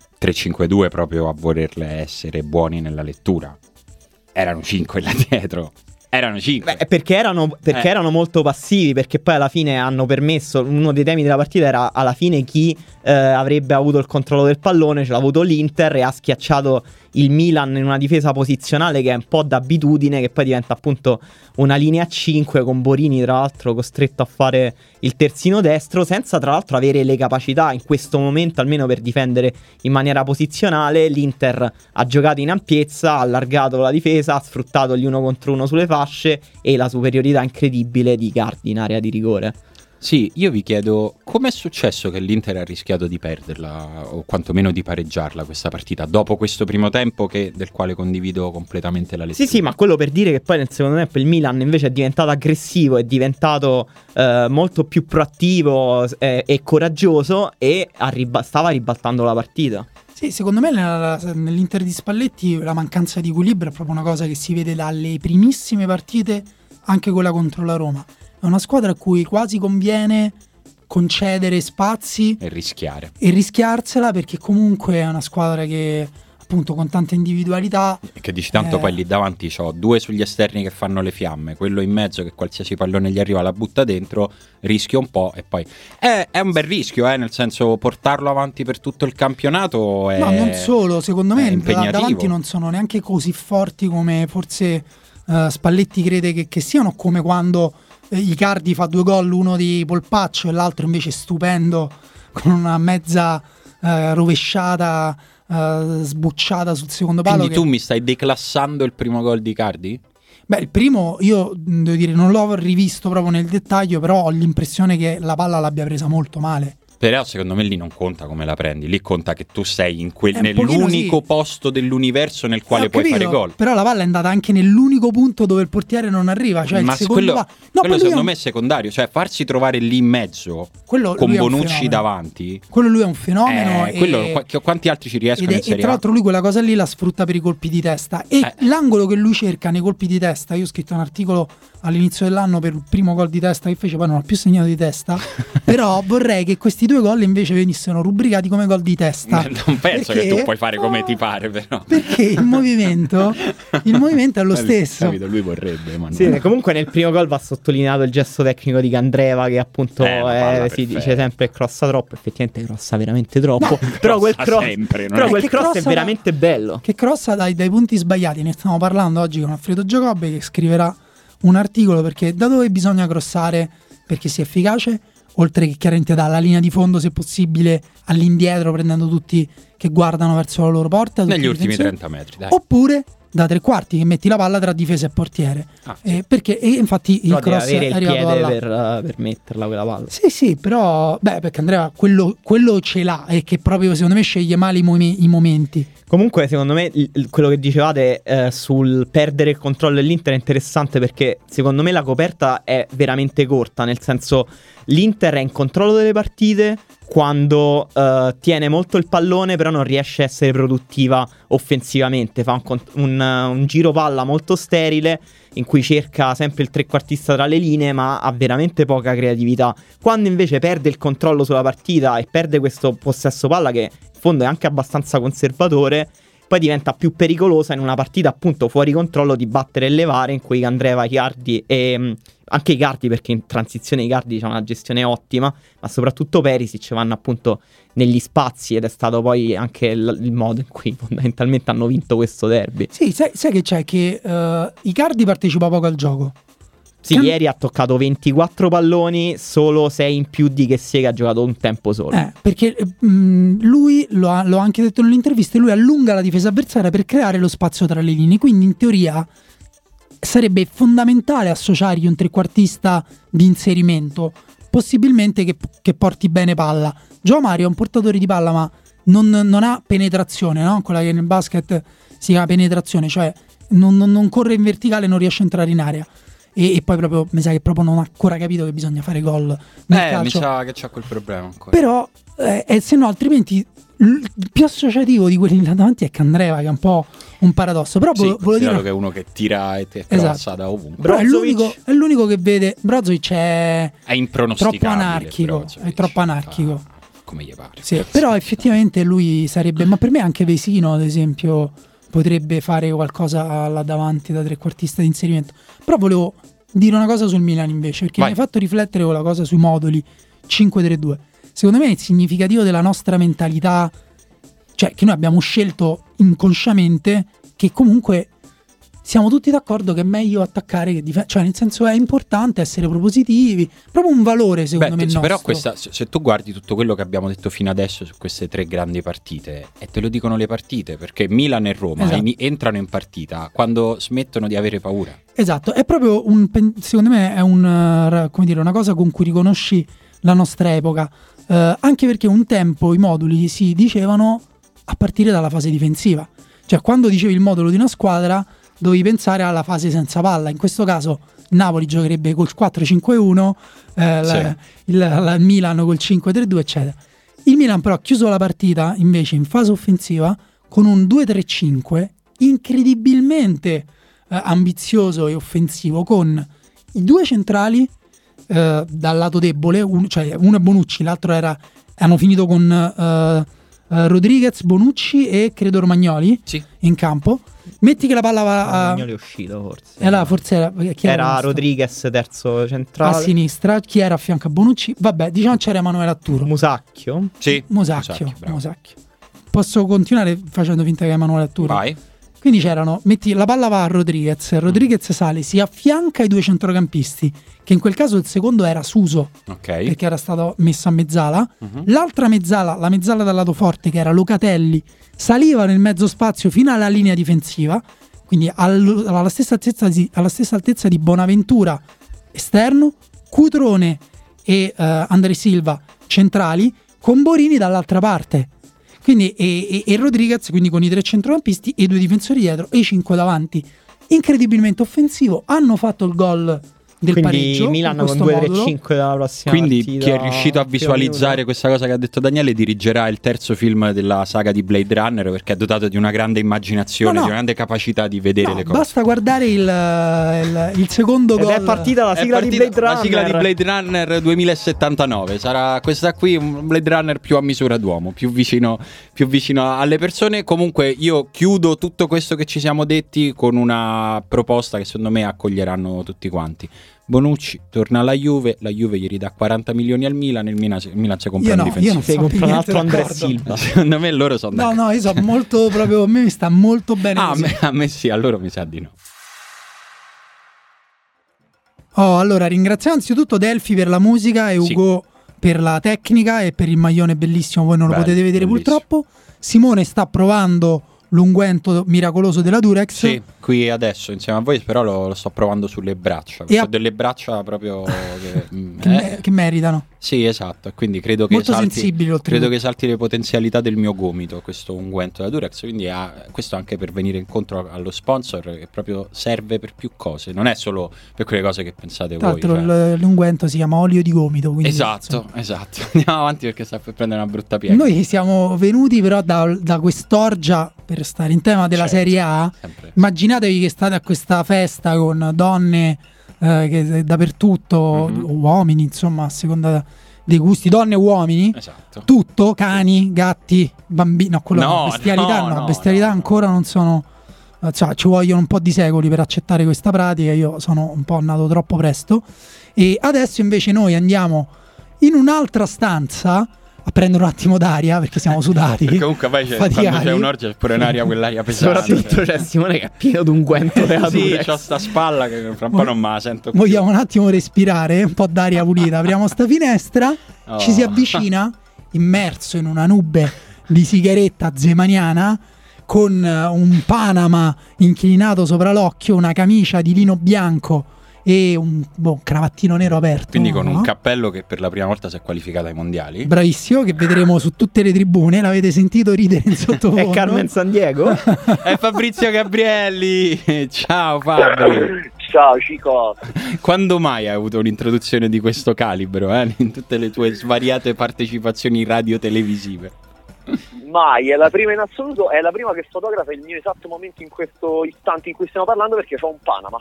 3-5-2 proprio a volerle essere buoni nella lettura. Erano 5 là dietro. Erano 5. Beh, perché erano molto passivi, perché poi alla fine hanno permesso, uno dei temi della partita era alla fine chi avrebbe avuto il controllo del pallone. Ce l'ha avuto l'Inter e ha schiacciato il Milan in una difesa posizionale che è un po' d'abitudine, che poi diventa appunto una linea a 5 con Borini tra l'altro costretto a fare il terzino destro, senza tra l'altro avere le capacità in questo momento almeno per difendere in maniera posizionale. L'Inter ha giocato in ampiezza, ha allargato la difesa, ha sfruttato gli uno contro uno sulle fasce e la superiorità incredibile di Icardi in area di rigore. Sì, io vi chiedo com'è successo che l'Inter ha rischiato di perderla o quantomeno di pareggiarla questa partita dopo questo primo tempo del quale condivido completamente la lettura. Sì, ma quello per dire che poi nel secondo tempo il Milan invece è diventato aggressivo, è diventato molto più proattivo e coraggioso e stava ribaltando la partita. Sì, secondo me nell'Inter di Spalletti la mancanza di equilibrio è proprio una cosa che si vede dalle primissime partite, anche quella contro la Roma. È una squadra a cui quasi conviene concedere spazi e rischiare e rischiarsela, perché comunque è una squadra che appunto con tanta individualità, che dici tanto poi lì davanti c'ho due sugli esterni che fanno le fiamme, quello in mezzo che qualsiasi pallone gli arriva la butta dentro, rischio un po' e poi è un bel rischio, nel senso portarlo avanti per tutto il campionato no, non solo, secondo me davanti non sono neanche così forti come forse Spalletti crede che siano, come quando Icardi fa 2 gol, uno di polpaccio e l'altro invece stupendo con una mezza rovesciata sbucciata sul secondo palo. Quindi tu mi stai declassando il primo gol di Icardi? Beh, il primo io devo dire non l'ho rivisto proprio nel dettaglio, però ho l'impressione che la palla l'abbia presa molto male. Però secondo me lì non conta come la prendi, lì conta che tu sei nell'unico posto dell'universo nel quale puoi fare gol. Però la palla è andata anche nell'unico punto dove il portiere non arriva, cioè ma il secondo quello secondo me è secondario, cioè farsi trovare lì in mezzo con Bonucci davanti. Quello lui è un fenomeno. Quanti altri ci riescono in Serie A? E tra l'altro lui quella cosa lì la sfrutta per i colpi di testa e l'angolo che lui cerca nei colpi di testa. Io ho scritto un articolo all'inizio dell'anno per il primo gol di testa che fece, poi non ha più segnato di testa. Però vorrei che questi 2 gol invece venissero rubricati come gol di testa. Non penso che tu puoi fare come ti pare, però. Perché il movimento è lo stesso. Capito, lui vorrebbe, ma sì, comunque nel primo gol va sottolineato il gesto tecnico di Candreva, che appunto si dice sempre crossa troppo, effettivamente crossa veramente troppo. No, però quel cross è veramente bello. Che crossa dai punti sbagliati. Ne stiamo parlando oggi con Alfredo Giacobbe, che scriverà un articolo, perché da dove bisogna crossare perché sia efficace, oltre che chiaramente dalla linea di fondo, se possibile all'indietro, prendendo tutti che guardano verso la loro porta negli ultimi 30 metri, dai. Oppure da tre quarti, che metti la palla tra difesa e portiere. Perché infatti il cross è arrivato il piede per metterla quella palla. Sì, però perché Andrea quello ce l'ha, e che proprio secondo me sceglie male i momenti. Comunque secondo me quello che dicevate sul perdere il controllo dell'Inter è interessante, perché secondo me la coperta è veramente corta, nel senso l'Inter è in controllo delle partite quando tiene molto il pallone, però non riesce a essere produttiva offensivamente, fa un giro palla molto sterile in cui cerca sempre il trequartista tra le linee, ma ha veramente poca creatività. Quando invece perde il controllo sulla partita e perde questo possesso palla, che in fondo è anche abbastanza conservatore, poi diventa più pericolosa in una partita appunto fuori controllo di battere e levare, in cui Candreva, Icardi e anche Icardi, perché in transizione Icardi c'ha una gestione ottima, ma soprattutto Perisic vanno appunto negli spazi, ed è stato poi anche il modo in cui fondamentalmente hanno vinto questo derby. Sì, sai che c'è? Che Icardi partecipa poco al gioco. Sì, ieri ha toccato 24 palloni, solo 6 in più di Kessie, che ha giocato un tempo solo. Perché lui, l'ho anche detto nelle interviste, lui allunga la difesa avversaria per creare lo spazio tra le linee, quindi in teoria sarebbe fondamentale associargli un trequartista di inserimento, possibilmente che porti bene palla. Joao Mario è un portatore di palla, ma non ha penetrazione, no? Quella che nel basket si chiama penetrazione, cioè non corre in verticale, non riesce a entrare in area. E poi proprio mi sa che proprio non ha ancora capito che bisogna fare gol nel calcio. Mi sa che c'ha quel problema ancora. Però se no, altrimenti il più associativo di quelli là davanti è Candreva, che è un po' un paradosso. Però volevo dire che è uno che tira e crossa da ovunque. Però è l'unico che vede. Brozovic è impronosticabile, troppo anarchico. È troppo anarchico. Come gli pare. Sì, però effettivamente lui sarebbe. Ma per me anche Vesino, ad esempio, potrebbe fare qualcosa là davanti da trequartista di inserimento. Però volevo dire una cosa sul Milan invece, perché mi hai fatto riflettere con la cosa sui moduli 5-3-2. Secondo me è significativo della nostra mentalità, cioè che noi abbiamo scelto inconsciamente che comunque siamo tutti d'accordo che è meglio attaccare che difendere, cioè nel senso è importante essere propositivi, proprio un valore secondo me nostro. Però se tu guardi tutto quello che abbiamo detto fino adesso su queste tre grandi partite, e te lo dicono le partite, perché Milan e Roma entrano in partita quando smettono di avere paura. Esatto, è proprio secondo me è una cosa con cui riconosci la nostra epoca, anche perché un tempo i moduli si dicevano a partire dalla fase difensiva, cioè quando dicevi il modulo di una squadra dovevi pensare alla fase senza palla. In questo caso Napoli giocherebbe col 4-5-1, il Milan col 5-3-2 eccetera. Il Milan però ha chiuso la partita invece in fase offensiva con un 2-3-5 incredibilmente ambizioso e offensivo, con i due centrali dal lato debole, uno è Bonucci, l'altro hanno finito con Rodriguez, Bonucci e credo Romagnoli in campo. Metti che la palla va a Romagnoli è uscito forse. Era Rodriguez terzo centrale a sinistra. Chi era a fianco a Bonucci? Vabbè, diciamo c'era Emanuele Atturo. Musacchio. Sì, Musacchio. Posso continuare facendo finta che è Emanuele Atturo? Vai. Quindi metti la palla va a Rodriguez sale, si affianca ai due centrocampisti, che in quel caso il secondo era Suso, perché era stato messo a mezzala. L'altra mezzala, la mezzala dal lato forte, che era Locatelli, saliva nel mezzo spazio fino alla linea difensiva, quindi alla stessa altezza di Bonaventura esterno, Cutrone e André Silva centrali, con Borini dall'altra parte. Quindi e Rodriguez, quindi con i tre centrocampisti e i due difensori dietro e i 5 davanti. Incredibilmente offensivo. Hanno fatto il gol del pareggio. Quindi Milan con 2-3-5 dalla prossima Quindi partita, chi è riuscito a visualizzare questa cosa che ha detto Daniele dirigerà il terzo film della saga di Blade Runner, perché è dotato di una grande immaginazione, di una grande capacità di vedere le cose. Basta guardare il secondo gol. È partita la sigla di Blade Runner. La sigla di Blade Runner 2079. Sarà questa qui un Blade Runner più a misura d'uomo, più vicino alle persone. Comunque io chiudo tutto questo che ci siamo detti con una proposta che secondo me accoglieranno tutti quanti. Bonucci torna alla Juve, la Juve gli ridà 40 milioni al Milan, il Milan si compra un difensore. Io non so compra un altro André Silva. Secondo me loro sono d'accordo. No, io so molto proprio, a me mi sta molto bene così. A me sì, a loro mi sa di no. Allora ringraziamo anzitutto Delphi per la musica e Ugo per la tecnica e per il maglione bellissimo, voi non lo potete vedere bellissimo. Purtroppo Simone sta provando l'unguento miracoloso della Durex. Sì, qui adesso insieme a voi, però lo sto provando sulle braccia. Ho delle braccia proprio che meritano. Sì, esatto, quindi credo che molto sensibili, credo che salti le potenzialità del mio gomito questo unguento da Durex, quindi questo anche per venire incontro allo sponsor, che proprio serve per più cose, non è solo per quelle cose che pensate Tra voi. l'altro l'unguento si chiama olio di gomito, quindi, esatto. Andiamo avanti perché sta per prendere una brutta piega. Noi siamo venuti però da quest'orgia, per stare in tema della Serie A, sempre. Immaginatevi che state a questa festa con donne che dappertutto, uomini, insomma, a seconda dei gusti, donne e uomini, esatto. Tutto, cani, gatti, bambini, bestialità ancora non sono, cioè, ci vogliono un po' di secoli per accettare questa pratica, io sono un po' nato troppo presto, e adesso invece noi andiamo in un'altra stanza a prendere un attimo d'aria perché siamo sudati. Perché comunque poi quando c'è un'orgia c'è pure un'aria, quell'aria pesante. Soprattutto c'è Simone che è pieno d'unguento. Sì, c'ho sta spalla che fra un po' non me la sento più. Vogliamo un attimo respirare, un po' d'aria pulita. Apriamo sta finestra, ci si avvicina, immerso in una nube di sigaretta zemaniana, con un Panama inclinato sopra l'occhio, una camicia di lino bianco e un cravattino nero aperto. Quindi con un cappello che per la prima volta si è qualificato ai mondiali. Bravissimo, che vedremo su tutte le tribune. L'avete sentito ridere in sottofondo? È Carmen Sandiego? È Fabrizio Gabrielli. Ciao Fabri. Ciao Cico. Quando mai hai avuto un'introduzione di questo calibro in tutte le tue svariate partecipazioni radio-televisive? Mai, è la prima in assoluto, è la prima che fotografa il mio esatto momento in questo istante in cui stiamo parlando, perché c'ho un Panama.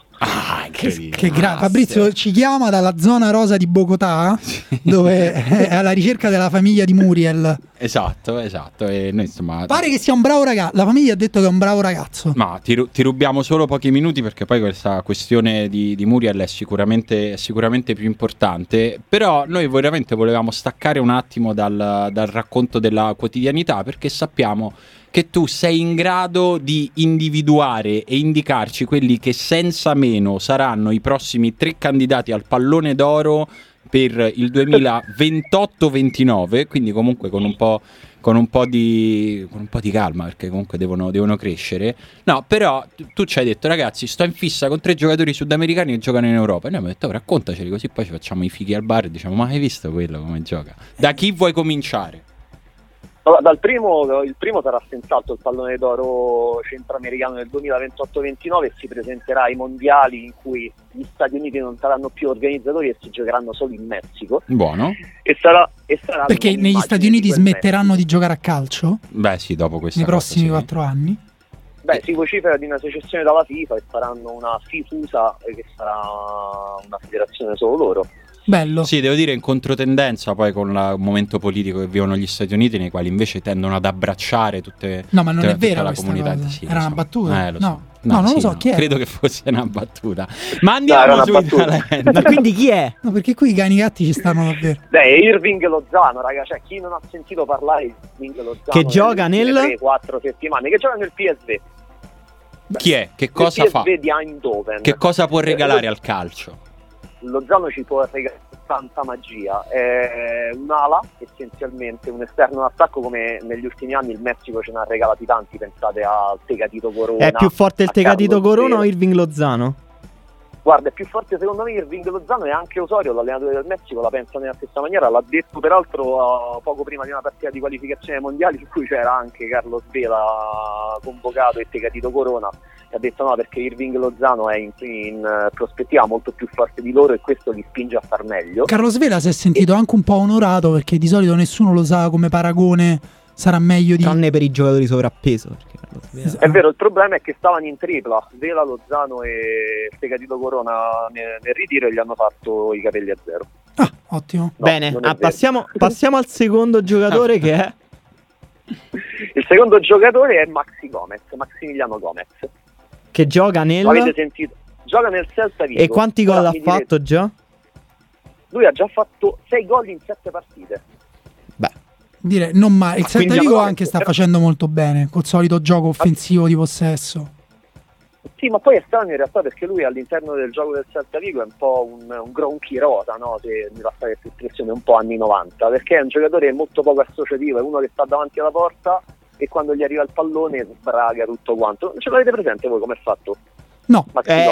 Che Fabrizio ci chiama dalla zona rosa di Bogotà, dove è alla ricerca della famiglia di Muriel. Esatto. E noi, insomma, pare che sia un bravo ragazzo. La famiglia ha detto che è un bravo ragazzo. Ma ti rubiamo solo pochi minuti, perché poi questa questione di Muriel è sicuramente più importante. Però noi veramente volevamo staccare un attimo dal racconto della quotidianità, perché sappiamo che tu sei in grado di individuare e indicarci quelli che senza meno saranno i prossimi 3 candidati al pallone d'oro per il 2028-29, quindi comunque con un po' di calma, perché comunque devono crescere. No, però tu ci hai detto: ragazzi, sto in fissa con 3 giocatori sudamericani che giocano in Europa, e noi abbiamo detto: raccontaceli, così poi ci facciamo i fighi al bar e diciamo: ma hai visto quello come gioca? Da chi vuoi cominciare? Allora, il primo sarà senz'altro il pallone d'oro centroamericano del 2028-29 e si presenterà ai mondiali in cui gli Stati Uniti non saranno più organizzatori e si giocheranno solo in Messico. Buono. E sarà perché negli Stati Uniti smetteranno di giocare a calcio? Beh sì, dopo questa nei prossimi 4 anni. Beh, si vocifera di una secessione dalla FIFA e faranno una FIFUSA, che sarà una federazione solo loro. Bello. Sì, devo dire in controtendenza poi con il momento politico che vivono gli Stati Uniti, nei quali invece tendono ad abbracciare tutte. No, ma non è vera la questa comunità. cosa. Sì, era una battuta. Lo no. so. No, non sì, lo so chi è. Credo che fosse una battuta. Ma andiamo su Italia. Ma quindi chi è? No, perché qui i cani gatti ci stanno davvero. Beh, Irving Lozano, raga, cioè chi non ha sentito parlare di Irving Lozano, che gioca nel 3-4 settimane, che gioca nel PSV. Chi è? Che cosa fa? PSV di Eindhoven. Che cosa può regalare al calcio? Lozano ci può regalare tanta magia, è un'ala essenzialmente, un esterno d'attacco, come negli ultimi anni il Messico ce ne ha regalati tanti. Pensate al Tecatito Corona. È più forte il Tecatito Corona o Irving Lozano? Guarda, è più forte secondo me Irving Lozano, e anche Osorio, l'allenatore del Messico, la pensa nella stessa maniera. L'ha detto peraltro poco prima di una partita di qualificazione ai mondiali in cui c'era anche Carlos Vela convocato e Tecatito Corona, e ha detto no, perché Irving Lozano è in prospettiva molto più forte di loro e questo li spinge a far meglio. Carlos Vela si è sentito anche un po' onorato, perché di solito nessuno lo sa come paragone, sarà meglio di... tranne per i giocatori sovrappeso, È vero, il problema è che stavano in tripla, Vela, Lozano e Tecatito Corona nel ritiro, e gli hanno fatto i capelli a zero. Ah, ottimo. No, bene, passiamo al secondo giocatore che è... Il secondo giocatore è Maximiliano Gomez. Che gioca nel... L'avete sentito? Gioca nel Celta Vigo. E quanti gol ha fatto già? Lui ha già fatto 6 gol in 7 partite. Beh, dire non mai. Il Celta Vigo anche sta però... facendo molto bene col solito gioco offensivo di possesso. Sì, ma poi è strano in realtà, perché lui all'interno del gioco del Celta Vigo è un po' un gronchi rosa, no? Se mi basta questa espressione, un po' anni 90, perché è un giocatore molto poco associativo, è uno che sta davanti alla porta, e quando gli arriva il pallone sbraga tutto quanto. Ce l'avete presente voi come è fatto? No.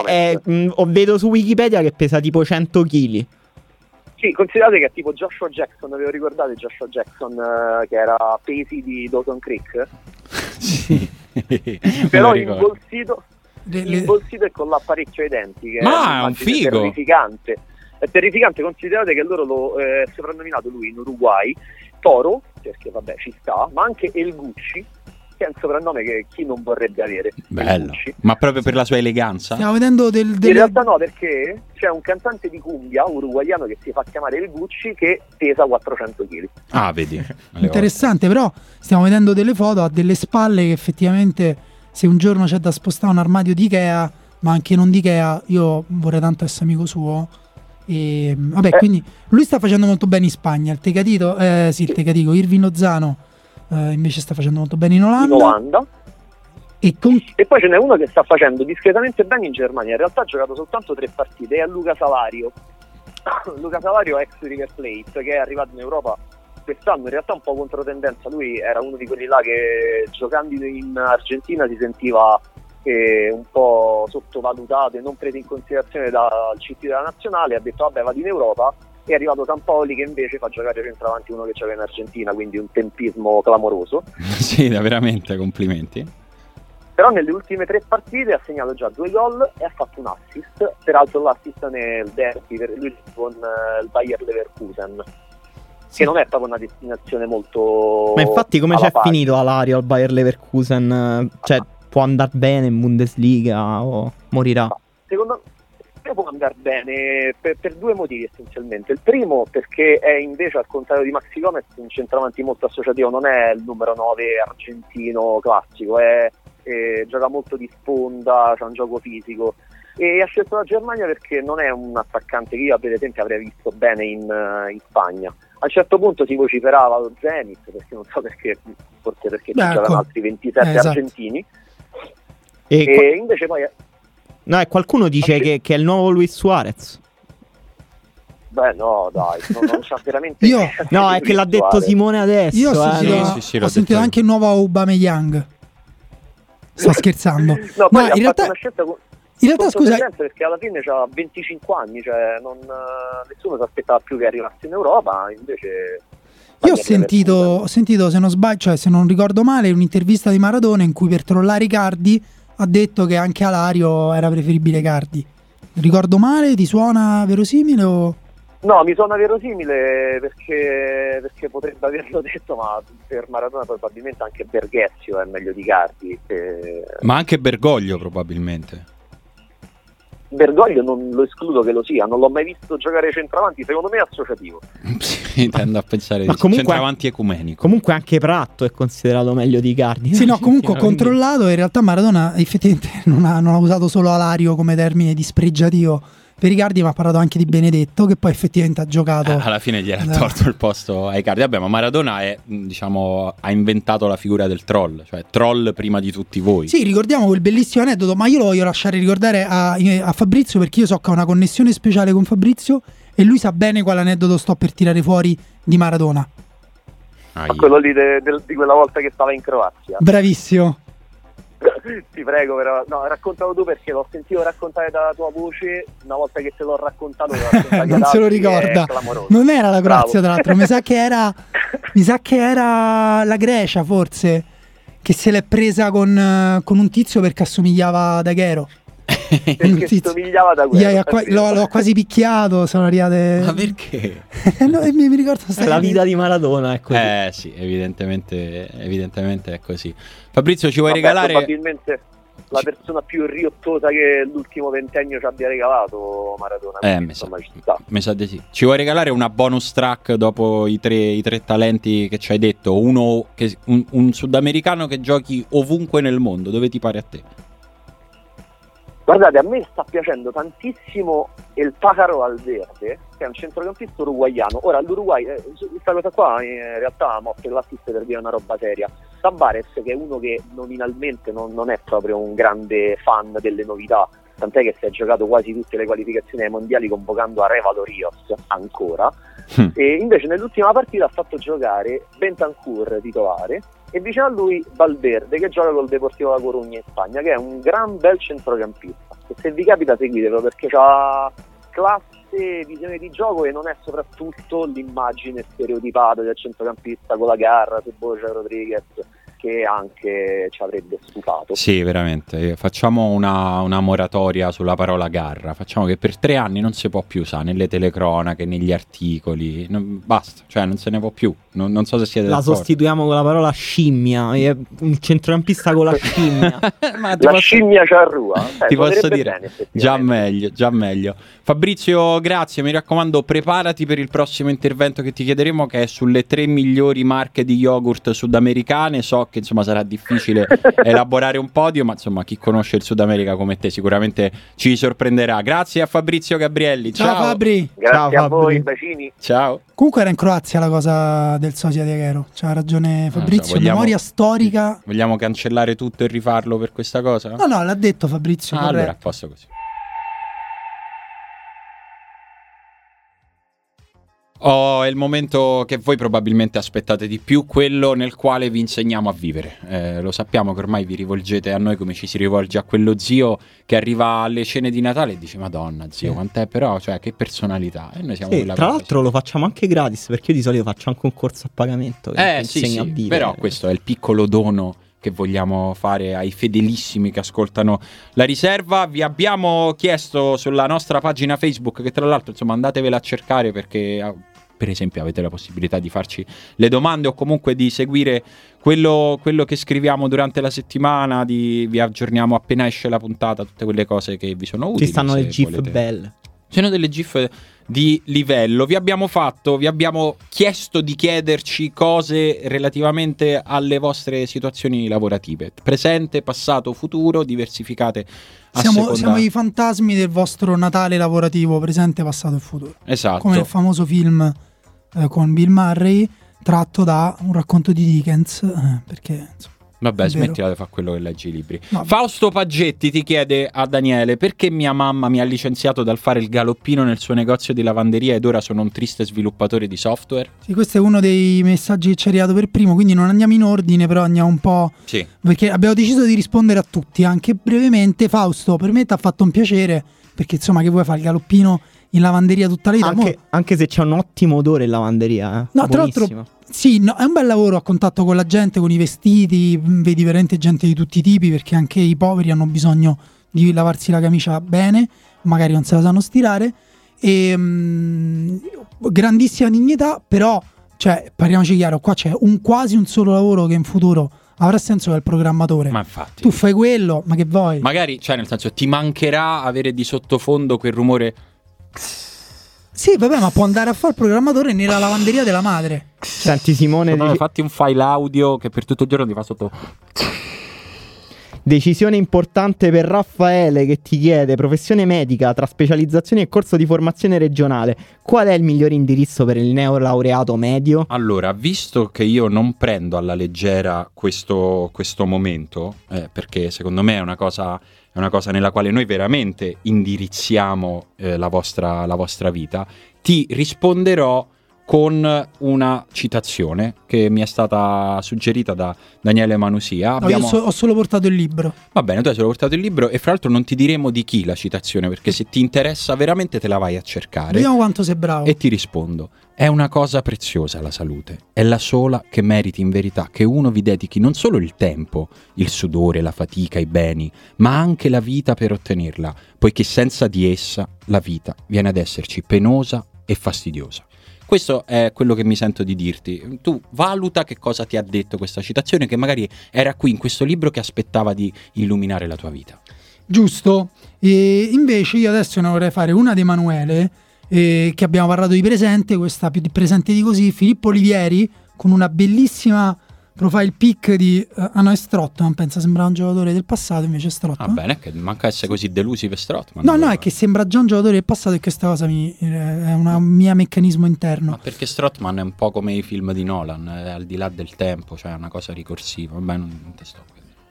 Vedo su Wikipedia che pesa tipo 100 kg. Sì, considerate che è tipo Joshua Jackson, ve lo ricordate Joshua Jackson che era pesi di Dawson Creek? Sì. Però imbolsito e con l'apparecchio ai denti, che ma è un figo. Terrificante. È terrificante, considerate che loro lo soprannominato lui in Uruguay Toro, perché vabbè ci sta, ma anche El Gucci, che è un soprannome che chi non vorrebbe avere. Bello, ma proprio per la sua eleganza? Stiamo vedendo In realtà no, perché c'è un cantante di cumbia uruguaiano che si fa chiamare El Gucci che pesa 400 kg. Ah, vedi. Interessante, però stiamo vedendo delle foto, ha delle spalle che effettivamente, se un giorno c'è da spostare un armadio di Ikea, ma anche non di Ikea, io vorrei tanto essere amico suo. E vabbè, quindi lui sta facendo molto bene in Spagna. Il Tecatito, Irving Lozano invece sta facendo molto bene in Olanda. E poi ce n'è uno che sta facendo discretamente bene in Germania. In realtà ha giocato soltanto 3 partite, è Luca Salario. Luca Salario, ex River Plate, che è arrivato in Europa quest'anno, in realtà un po' controtendenza. Lui era uno di quelli là che giocando in Argentina si sentiva un po' sottovalutato e non preso in considerazione dal CT della nazionale. Ha detto vabbè, vado in Europa. È arrivato Sampaoli che invece fa giocare centravanti uno che gioca in Argentina, quindi un tempismo clamoroso. Sì, veramente complimenti. Però nelle ultime 3 partite ha segnato già 2 gol e ha fatto un assist, peraltro l'assist nel derby per lui con il Bayer Leverkusen, che non è proprio una destinazione molto... Ma infatti come c'è finito Alario al Bayer Leverkusen? Cioè può andare bene in Bundesliga o morirà? Secondo me può andare bene per 2 motivi essenzialmente. Il primo perché è invece, al contrario di Maxi Gomez, un centravanti molto associativo, non è il numero 9 argentino classico, gioca molto di sponda, c'ha un gioco fisico, e ha scelto la Germania perché non è un attaccante che io per esempio avrei visto bene in Spagna. A un certo punto si vociferava lo Zenit, perché non so perché, forse perché c'erano altri 27 argentini. E invece poi no, e qualcuno dice che è il nuovo Luis Suarez. Beh no, dai, non c'ha veramente no, è che l'ha detto Simone adesso. Io ho sentito anche il nuovo Aubameyang. Sto scherzando. No, poi in realtà scusa, scusa, perché alla fine c'ha 25 anni, cioè nessuno si aspettava più che arrivasse in Europa, invece io ho sentito, se non sbaglio, cioè se non ricordo male, un'intervista di Maradona in cui per trollare Icardi ha detto che anche Alario era preferibile Icardi. Ricordo male? Ti suona verosimile o... No, mi suona verosimile perché potrebbe averlo detto, ma per Maradona probabilmente anche Berghezio è meglio di Icardi. Ma anche Bergoglio probabilmente. Bergoglio non lo escludo che lo sia, non l'ho mai visto giocare centravanti, secondo me è associativo. Sì, tendo a pensare ma di centravanti ecumenico. Comunque anche Pratto è considerato meglio di Icardi. Sì, no, comunque ho controllato, in realtà Maradona effettivamente non ha usato solo Alario come termine dispregiativo per Icardi, ma ha parlato anche di Benedetto, che poi effettivamente ha giocato. Alla fine gli era torto il posto a Icardi. Vabbè, ma Maradona ha inventato la figura del troll, cioè troll prima di tutti voi. Sì, ricordiamo quel bellissimo aneddoto, ma io lo voglio lasciare ricordare a Fabrizio, perché io so che ho una connessione speciale con Fabrizio e lui sa bene quale aneddoto sto per tirare fuori di Maradona. Quello lì di quella volta che stava in Croazia. Bravissimo. Ti prego, però no, raccontalo tu, perché l'ho sentito raccontare dalla tua voce. Una volta che te l'ho raccontato non se lo ricorda. Non era la Croazia, tra l'altro. mi sa che era la Grecia, forse, che se l'è presa con un tizio perché assomigliava ad Aguero. Perché assomigliava ad Aguero. L'ho quasi picchiato, sono arrivate. Ma perché? No, mi ricordo la vita di Maradona è così. Sì, evidentemente è così. Fabrizio, ci vuoi regalare? Probabilmente la persona più riottosa che l'ultimo ventennio ci abbia regalato Maradona. Mi sa di sì. Ci vuoi regalare una bonus track dopo i tre talenti che ci hai detto? Uno un sudamericano che giochi ovunque nel mondo, dove ti pare a te? Guardate, a me sta piacendo tantissimo il Pájaro Valverde, che è un centrocampista uruguaiano. Ora l'Uruguay, questa cosa qua in realtà molte l'assiste per dire una roba seria. Tavares, che è uno che nominalmente non è proprio un grande fan delle novità, tant'è che si è giocato quasi tutte le qualificazioni ai mondiali convocando Arévalo Rios ancora. E invece nell'ultima partita ha fatto giocare Bentancur titolare e vicino a lui Valverde, che gioca col Deportivo La Coruña in Spagna, che è un gran bel centrocampista, e se vi capita seguitelo, perché ha classe, visione di gioco, e non è soprattutto l'immagine stereotipata del centrocampista con la garra su Boca Rodriguez, che anche ci avrebbe stufato. Sì, veramente. Facciamo una moratoria sulla parola garra. Facciamo che per 3 anni non si può più usare nelle telecronache, negli articoli. Basta, cioè non se ne può più. Non so se siete La d'accordo. sostituiamo con la parola scimmia. È un centrocampista con la scimmia. Ma La scimmia Ciarrua. Ti posso dire, bene, già meglio. Fabrizio, grazie. Mi raccomando, preparati per il prossimo intervento che ti chiederemo, che è sulle 3 migliori marche di yogurt sudamericane. So che insomma sarà difficile elaborare un podio, ma insomma chi conosce il Sud America come te sicuramente ci sorprenderà. Grazie a Fabrizio Gabrielli. Ciao Fabri. Grazie Ciao, a voi, Fabri. bacini. Ciao. Comunque era in Croazia la cosa del sosia di Aguero. C'ha ragione Fabrizio, memoria storica. Vogliamo cancellare tutto e rifarlo per questa cosa? No, l'ha detto Fabrizio. Allora a posto così. È il momento che voi probabilmente aspettate di più, quello nel quale vi insegniamo a vivere. Lo sappiamo che ormai vi rivolgete a noi come ci si rivolge a quello zio che arriva alle cene di Natale e dice: Madonna zio, quant'è, però, cioè che personalità. E noi siamo quella Tra cosa. l'altro lo facciamo anche gratis, perché io di solito faccio anche un corso a pagamento che Sì, insegna a vivere. però questo è il piccolo dono che vogliamo fare ai fedelissimi che ascoltano La Riserva. Vi abbiamo chiesto sulla nostra pagina Facebook, che tra l'altro insomma andatevela a cercare, perché per esempio avete la possibilità di farci le domande o comunque di seguire quello che scriviamo durante la settimana, vi aggiorniamo appena esce la puntata, tutte quelle cose che vi sono utili. Ci stanno le gif volete. belle. Ci sono delle gif di livello. Vi abbiamo chiesto di chiederci cose relativamente alle vostre situazioni lavorative, presente, passato, futuro, diversificate a seconda. Siamo i fantasmi del vostro Natale lavorativo, presente, passato e futuro. Esatto. Come il famoso film con Bill Murray, tratto da un racconto di Dickens, perché insomma, Vabbè, è vero. smettila di fare quello che leggi i libri. No. Fausto Paggetti ti chiede a Daniele: perché mia mamma mi ha licenziato dal fare il galoppino nel suo negozio di lavanderia ed ora sono un triste sviluppatore di software? Sì, questo è uno dei messaggi che ci è arrivato per primo, quindi non andiamo in ordine, però andiamo un po', Sì. perché abbiamo deciso di rispondere a tutti, anche brevemente. Fausto, per me ti ha fatto un piacere, perché insomma che vuoi fare il galoppino in lavanderia tutta la vita? Anche se c'è un ottimo odore in lavanderia. No, tra l'altro, sì, no, è un bel lavoro a contatto con la gente, con i vestiti, vedi veramente gente di tutti i tipi, perché anche i poveri hanno bisogno di lavarsi la camicia bene, magari non se la sanno stirare, e grandissima dignità, però, cioè, parliamoci chiaro, qua c'è quasi un solo lavoro che in futuro avrà senso, che è il programmatore. Ma infatti. Tu fai quello, ma che vuoi? Magari, cioè, nel senso, ti mancherà avere di sottofondo quel rumore. Sì, vabbè, ma può andare a fare il programmatore nella lavanderia della madre. Senti Simone, Fatti un file audio che per tutto il giorno ti fa sotto. decisione importante per Raffaele, che ti chiede: professione medica tra specializzazioni e corso di formazione regionale, qual è il migliore indirizzo per il neolaureato medio? Allora, visto che io non prendo alla leggera questo momento, perché secondo me è una cosa nella quale noi veramente indirizziamo la vostra vita, ti risponderò con una citazione che mi è stata suggerita da Daniele Manusia. No, io ho solo portato il libro. Va bene, tu hai solo portato il libro e fra l'altro non ti diremo di chi la citazione, perché se ti interessa veramente te la vai a cercare. Vediamo quanto sei bravo. E ti rispondo: è una cosa preziosa la salute, è la sola che meriti in verità che uno vi dedichi non solo il tempo, il sudore, la fatica, i beni, ma anche la vita per ottenerla, poiché senza di essa la vita viene ad esserci penosa e fastidiosa. Questo è quello che mi sento di dirti. Tu valuta che cosa ti ha detto questa citazione, che magari era qui in questo libro che aspettava di illuminare la tua vita. Giusto. E invece io adesso ne vorrei fare una di Emanuele, che abbiamo parlato di presente, questa più di presente di così, Filippo Olivieri, con una bellissima profile pic di è Strootman, pensa sembrava un giocatore del passato, invece è Strootman. Va bene, che manca essere così delusi per Strootman. No, è che sembra già un giocatore del passato, e questa cosa è un mio meccanismo interno. Ma perché Strootman è un po' come i film di Nolan, è al di là del tempo, cioè è una cosa ricorsiva. Vabbè, non ti sto.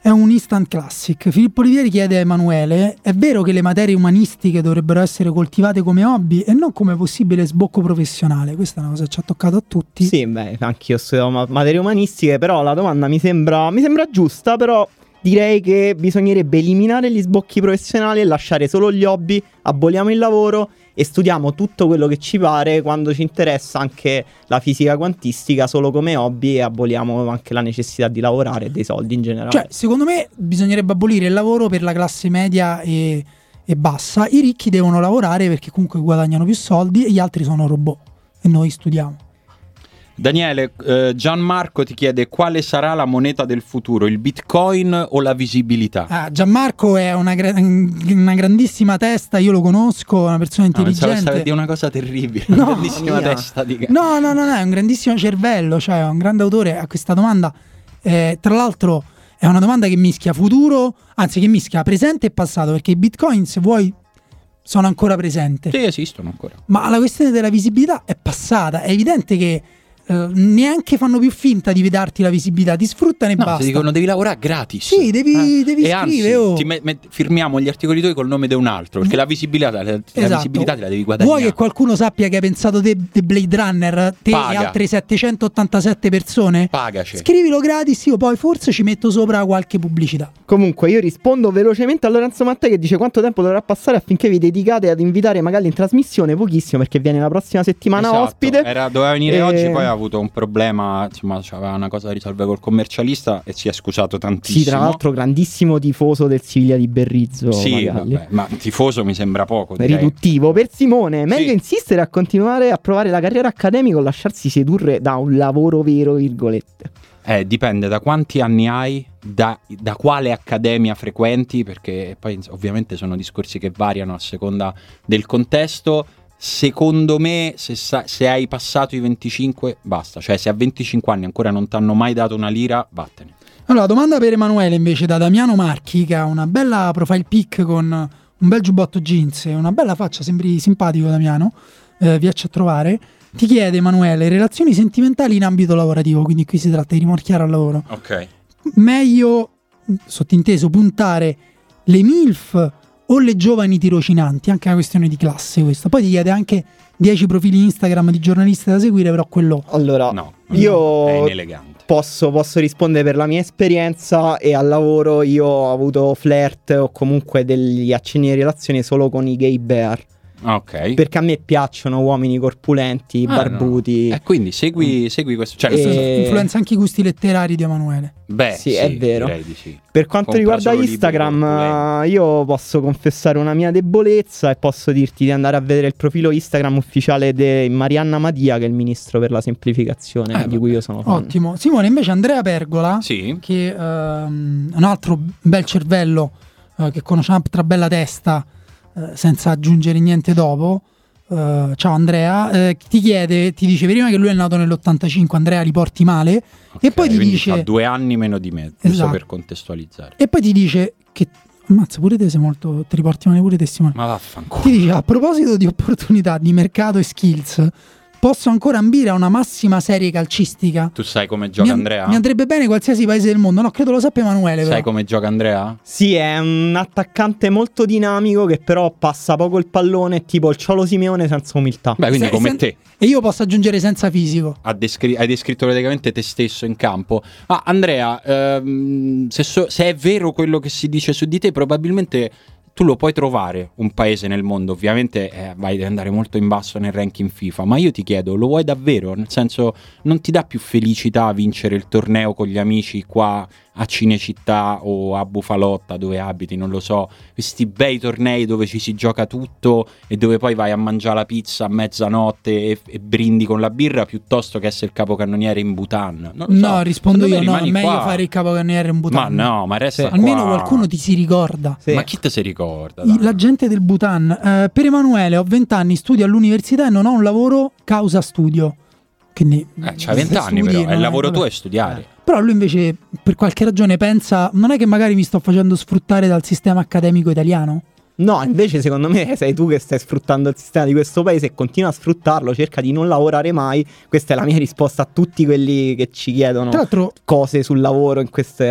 è un instant classic. Filippo Olivieri chiede a Emanuele: è vero che le materie umanistiche dovrebbero essere coltivate come hobby e non come possibile sbocco professionale? Questa è una cosa che ci ha toccato a tutti. Sì, beh, anch'io studio materie umanistiche, però la domanda mi sembra giusta, però direi che bisognerebbe eliminare gli sbocchi professionali e lasciare solo gli hobby, aboliamo il lavoro e studiamo tutto quello che ci pare quando ci interessa anche la fisica quantistica solo come hobby, e aboliamo anche la necessità di lavorare e dei soldi in generale. Cioè, secondo me bisognerebbe abolire il lavoro per la classe media e bassa. I ricchi devono lavorare perché comunque guadagnano più soldi e gli altri sono robot e noi studiamo. Daniele, Gianmarco ti chiede: quale sarà la moneta del futuro, il Bitcoin o la visibilità? Gianmarco è una grandissima testa, io lo conosco, è una persona intelligente. È una cosa terribile, No, una grandissima mia. testa di... No, è un grandissimo cervello, cioè è un grande autore a questa domanda. Tra l'altro è una domanda che mischia futuro, anzi che mischia presente e passato, perché i Bitcoin, se vuoi, sono ancora presenti. Sì, esistono ancora. Ma la questione della visibilità è passata. È evidente che neanche fanno più finta di darti la visibilità, ti sfruttano e No, basta. ti dicono devi lavorare gratis. Sì, devi E scrivere. anzi, firmiamo gli articoli tuoi col nome di un altro, perché la visibilità, la visibilità te la devi guadagnare. Vuoi che qualcuno sappia che hai pensato di Blade Runner, te Paga. e altre 787 persone? Pagaci. Scrivilo gratis, io poi forse ci metto sopra qualche pubblicità. Comunque io rispondo velocemente a Lorenzo Mattei che dice: quanto tempo dovrà passare affinché vi dedicate ad invitare Magalli in trasmissione? Pochissimo, perché viene la prossima settimana Esatto. ospite. Doveva venire oggi, poi ha avuto un problema, insomma, aveva una cosa da risolvere col commercialista e si è scusato tantissimo. Sì, tra l'altro grandissimo tifoso del Siviglia di Berrizzo. Sì, Magalli. vabbè, ma tifoso mi sembra poco, direi. Riduttivo. Per Simone, meglio Sì. insistere a continuare a provare la carriera accademica o lasciarsi sedurre da un lavoro vero, virgolette? Dipende da quanti anni hai, da quale accademia frequenti, perché poi ovviamente sono discorsi che variano a seconda del contesto. Secondo me, se hai passato i 25, basta. Cioè, se a 25 anni ancora non ti hanno mai dato una lira, vattene. Allora, domanda per Emanuele invece da Damiano Marchi, che ha una bella profile pic con un bel giubbotto jeans e una bella faccia, sembri simpatico Damiano, viacci a trovare. Ti chiede Emanuele: relazioni sentimentali in ambito lavorativo, quindi qui si tratta di rimorchiare al lavoro. Ok. Meglio, sottinteso, puntare le MILF o le giovani tirocinanti? Anche una questione di classe questa. Poi ti chiede anche 10 profili Instagram di giornalisti da seguire, però quello... Allora, No, io è inelegante. posso rispondere per la mia esperienza, e al lavoro io ho avuto flirt o comunque degli accenni di relazione solo con i gay bear. Ok. Perché a me piacciono uomini corpulenti, barbuti. No. Quindi segui questo. Cioè, Questo E- influenza anche i gusti letterari di Emanuele. beh, Sì, è vero. direi di sì. Per quanto Compra riguarda solo libri Instagram, corpulenti. io posso confessare una mia debolezza e posso dirti di andare a vedere il profilo Instagram ufficiale di Marianna Madia, che è il ministro per la semplificazione, di cui io sono fan. Ottimo. Simone, invece Andrea Pergola, Sì. che è un altro bel cervello che conosciamo tra bella testa, senza aggiungere niente dopo. Ciao Andrea, ti dice prima che lui è nato nell'85, Andrea li porti male, Ok, e poi ti quindi dice fa 2 anni meno di me, giusto Esatto. per contestualizzare. e poi ti dice che ammazza, pure te sei molto, ti riporti male pure te Simone. Ma vaffanculo. Ti dice: a proposito di opportunità di mercato e skills, posso ancora ambire a una massima serie calcistica? Tu sai come gioca Andrea? Mi andrebbe bene qualsiasi paese del mondo. No, credo lo sappia Emanuele, però. Sai come gioca Andrea? Sì, è un attaccante molto dinamico che però passa poco il pallone, tipo il Ciolo Simeone senza umiltà. Beh, quindi come te. E io posso aggiungere senza fisico. Hai descritto praticamente te stesso in campo. Ma Andrea, se è vero quello che si dice su di te, probabilmente tu lo puoi trovare un paese nel mondo. Ovviamente vai ad andare molto in basso nel ranking FIFA, ma io ti chiedo, lo vuoi davvero? Nel senso, non ti dà più felicità vincere il torneo con gli amici qua a Cinecittà o a Bufalotta, dove abiti, non lo so, questi bei tornei dove ci si gioca tutto e dove poi vai a mangiare la pizza a mezzanotte e brindi con la birra, piuttosto che essere il capocannoniere in Bhutan? Non lo so. No, rispondo Secondo me io, no, è rimani meglio qua. fare il capocannoniere in Bhutan. Ma no, ma resta qua. Almeno qualcuno ti si ricorda. Sì. Ma chi te si ricorda? dai? La gente del Bhutan. Per Emanuele, ho 20 anni, studio all'università e non ho un lavoro causa studio. Quindi C'ha 20 anni però, è il lavoro tuo è studiare. Però lui invece per qualche ragione pensa: non è che magari mi sto facendo sfruttare dal sistema accademico italiano? No, invece secondo me sei tu che stai sfruttando il sistema di questo paese e continua a sfruttarlo, cerca di non lavorare mai. Questa è la mia risposta a tutti quelli che ci chiedono Tra l'altro, cose sul lavoro in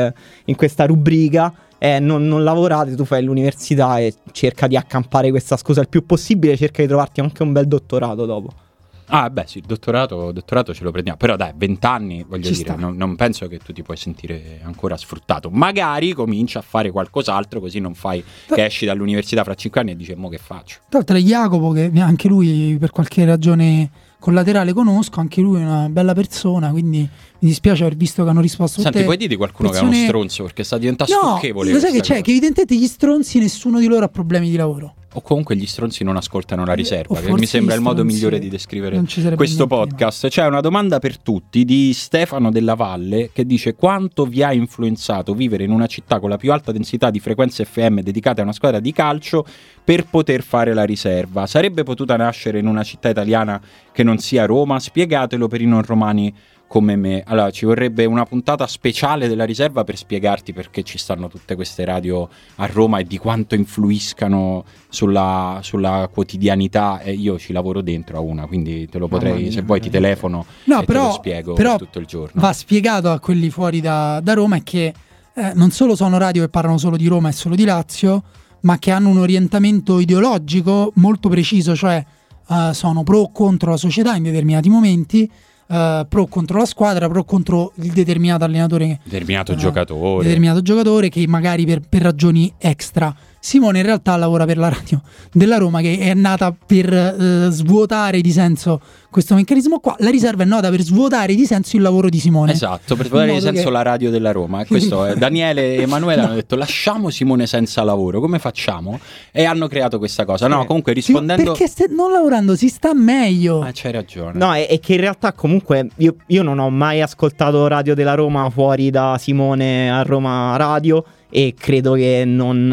questa rubrica. Non lavorate, tu fai l'università e cerca di accampare questa scusa il più possibile, cerca di trovarti anche un bel dottorato dopo. Ah, beh, sì, il dottorato ce lo prendiamo. Però dai, 20 anni, voglio Ci dire, sta. non penso che tu ti puoi sentire ancora sfruttato. Magari comincia a fare qualcos'altro, così non fai che esci dall'università fra 5 anni e dici, mo che faccio? tra l'altro è Jacopo, che anche lui per qualche ragione collaterale conosco, anche lui è una bella persona, quindi mi dispiace aver visto che hanno risposto tutte Senti, puoi dire di qualcuno che è uno persone- stronzo, perché sta diventando No, stucchevole lo sai che questa c'è? cosa. Che evidentemente gli stronzi nessuno di loro ha problemi di lavoro. O comunque gli stronzi non ascoltano la riserva, O che forse mi sembra gli il modo stronzi migliore di descrivere non ci sarebbe questo niente di podcast. C'è una domanda per tutti di Stefano Della Valle che dice: quanto vi ha influenzato vivere in una città con la più alta densità di frequenze FM dedicate a una squadra di calcio per poter fare la riserva? Sarebbe potuta nascere in una città italiana che non sia Roma? Spiegatelo per i non romani come me. Allora, ci vorrebbe una puntata speciale della riserva per spiegarti perché ci stanno tutte queste radio a Roma e di quanto influiscano sulla quotidianità. E io ci lavoro dentro a una, quindi te lo potrei, Mamma mia, se vuoi ti telefono No, e però, te lo spiego però per tutto il giorno. va spiegato a quelli fuori da Roma è che non solo sono radio che parlano solo di Roma e solo di Lazio, ma che hanno un orientamento ideologico molto preciso, cioè sono pro o contro la società in determinati momenti, pro o contro la squadra, pro o contro il determinato allenatore, Determinato giocatore. determinato giocatore che magari per ragioni extra. Simone in realtà lavora per la radio della Roma, che è nata per svuotare di senso questo meccanismo qua. La riserva è nata per svuotare di senso il lavoro di Simone. Esatto, per In svuotare di modo senso che- la radio della Roma. E questo è Daniele e Emanuele hanno detto: lasciamo Simone senza lavoro, come facciamo? E hanno creato questa cosa. No, comunque rispondendo... Perché non lavorando si sta meglio. c'hai ragione. No, è che in realtà comunque io non ho mai ascoltato Radio della Roma fuori da Simone a Roma Radio, e credo che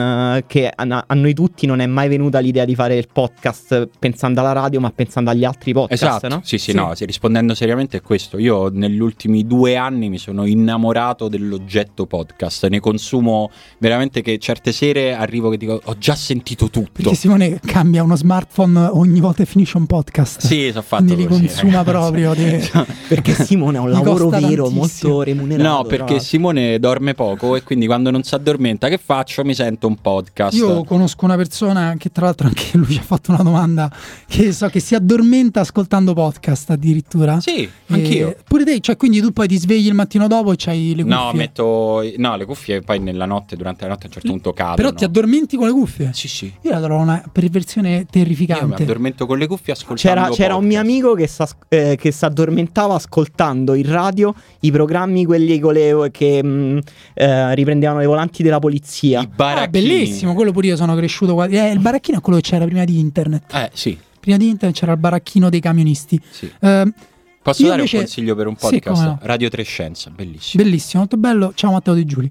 a noi tutti non è mai venuta l'idea di fare il podcast pensando alla radio, ma pensando agli altri podcast, Esatto, no? sì, no, rispondendo seriamente è questo. Io negli ultimi 2 anni mi sono innamorato dell'oggetto podcast. Ne consumo veramente, che certe sere arrivo che dico: ho già sentito tutto. Perché Simone cambia uno smartphone ogni volta che finisce un podcast. Sì, so fatto Quindi li così, consuma ragazzi. proprio. Perché Simone ha un Mi lavoro costa vero, tantissimo. molto remunerato. No, perché Simone dorme poco e quindi quando non si addormenta, che faccio? Mi sento un podcast. Io conosco una persona che tra l'altro anche lui ci ha fatto una domanda, che so che si addormenta ascoltando podcast addirittura. Sì, anch'io. Pure te, cioè quindi tu poi ti svegli il mattino dopo e c'hai le cuffie. No, metto le cuffie, poi nella notte, durante la notte a un certo punto cado. Però ti addormenti con le cuffie? Sì, sì. Io la trovo una perversione Io mi terrificante. addormento con le cuffie ascoltando C'era un mio podcast. amico che si addormentava ascoltando in radio i programmi, quelli che riprendevano le volanti della polizia. I baracchini. Bellissimo, quello pure io sono cresciuto qua. Il baracchino è quello che c'era prima di internet. Sì, Prima di internet c'era il baracchino dei camionisti. sì. Eh, Posso io dare invece- un consiglio per un Sì, podcast? come no. Radio Trescenza, bellissimo. Bellissimo, molto bello. Ciao Matteo De Giuli.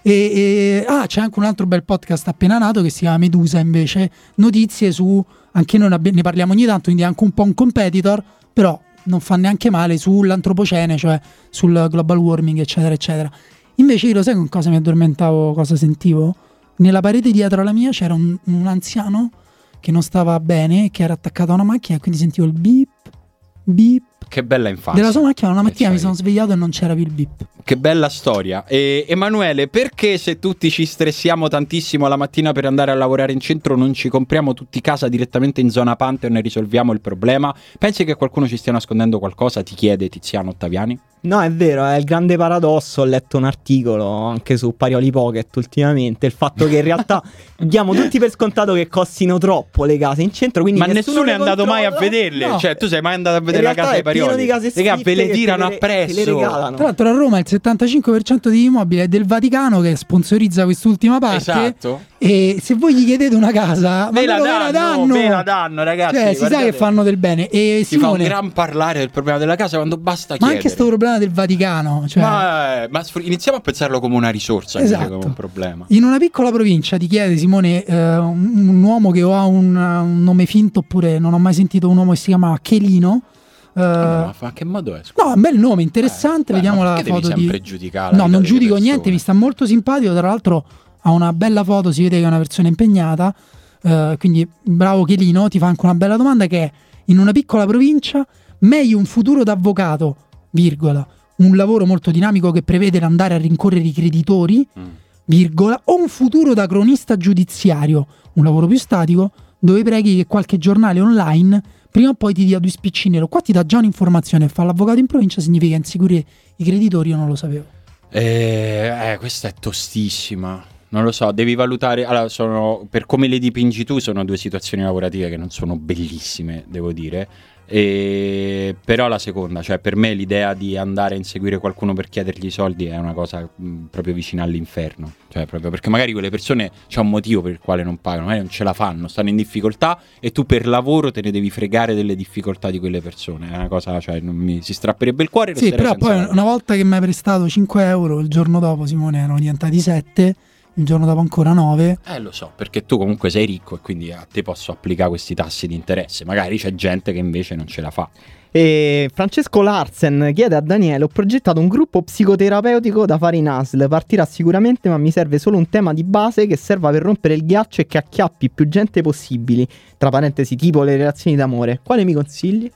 C'è anche un altro bel podcast appena nato che si chiama Medusa, invece. Notizie su... Anche noi ne parliamo ogni tanto, quindi è anche un po' un competitor, però non fa neanche male, sull'antropocene, cioè sul global warming, eccetera, eccetera. Invece io lo sai con cosa mi addormentavo, cosa sentivo? Nella parete dietro alla mia c'era un anziano che non stava bene, che era attaccato a una macchina, e quindi sentivo il beep, beep Che bella infanzia. della sua macchina. Una mattina mi c'hai. sono svegliato e non c'era più il beep. Che bella storia. E Emanuele, perché se tutti ci stressiamo tantissimo la mattina per andare a lavorare in centro non ci compriamo tutti casa direttamente in zona Pantheon e risolviamo il problema? Pensi che qualcuno ci stia nascondendo qualcosa? Ti chiede Tiziano Ottaviani. No, è vero, è il grande paradosso. Ho letto un articolo anche su Parioli Pocket ultimamente, il fatto che in realtà diamo tutti per scontato che costino troppo le case in centro, quindi Ma nessuno è le andato mai a controlla. vederle. No. Cioè, tu sei mai andato a In vedere la realtà casa dei è pieno Parioli? di case Raga, sfitte ve le che tirano te le appresso. regalano. Tra l'altro a Roma il 75% di immobili è del Vaticano, che sponsorizza quest'ultima parte. Esatto. E se voi gli chiedete una casa, Ve la ma danno, ve la danno, ragazzi. Cioè, si sa guardate. che fanno del bene. E Si fa un Simone, gran parlare del problema della casa quando basta ma chiedere. anche sto problema del Vaticano, cioè, Ma iniziamo a pensarlo come una risorsa invece che Esatto. come un problema. in una piccola provincia ti chiede Simone, un uomo che ha un nome finto, oppure non ho mai sentito un uomo che si chiama Chelino. Ma che modo è? No, un bel nome, interessante. Beh, vediamo ma la perché devi foto sempre di... giudicare la No, vita non delle giudico persone? niente, mi sta molto simpatico. Tra l'altro ha una bella foto, si vede che è una persona impegnata. quindi bravo Chelino, ti fa anche una bella domanda che è: in una piccola provincia meglio un futuro da avvocato, virgola, un lavoro molto dinamico che prevede l'andare a rincorrere i creditori, virgola, o un futuro da cronista giudiziario, un lavoro più statico dove preghi che qualche giornale online prima o poi ti dia 2 spicci nero. Qua ti dà già un'informazione: fa l'avvocato in provincia significa insicurire i creditori. Io non lo sapevo. Questa è tostissima. Non lo so, devi valutare. Allora, per come le dipingi tu, sono 2 situazioni lavorative che non sono bellissime, devo dire. Però la seconda, cioè per me l'idea di andare a inseguire qualcuno per chiedergli i soldi è una cosa proprio vicina all'inferno. Cioè proprio perché magari quelle persone c'è un motivo per il quale non pagano, magari non ce la fanno, stanno in difficoltà e tu per lavoro te ne devi fregare delle difficoltà di quelle persone. È una cosa, cioè non mi si strapperebbe il cuore. Sì, però poi una volta che mi hai prestato 5 euro, il giorno dopo, Simone, erano diventati 7. Il giorno dopo ancora 9. Lo so, perché tu comunque sei ricco e quindi a te posso applicare questi tassi di interesse. Magari c'è gente che invece non ce la fa. E Francesco Larsen chiede a Daniele: ho progettato un gruppo psicoterapeutico da fare in ASL. Partirà sicuramente, ma mi serve solo un tema di base che serva per rompere il ghiaccio e che acchiappi più gente possibili. Tra parentesi, tipo le relazioni d'amore. Quale mi consigli?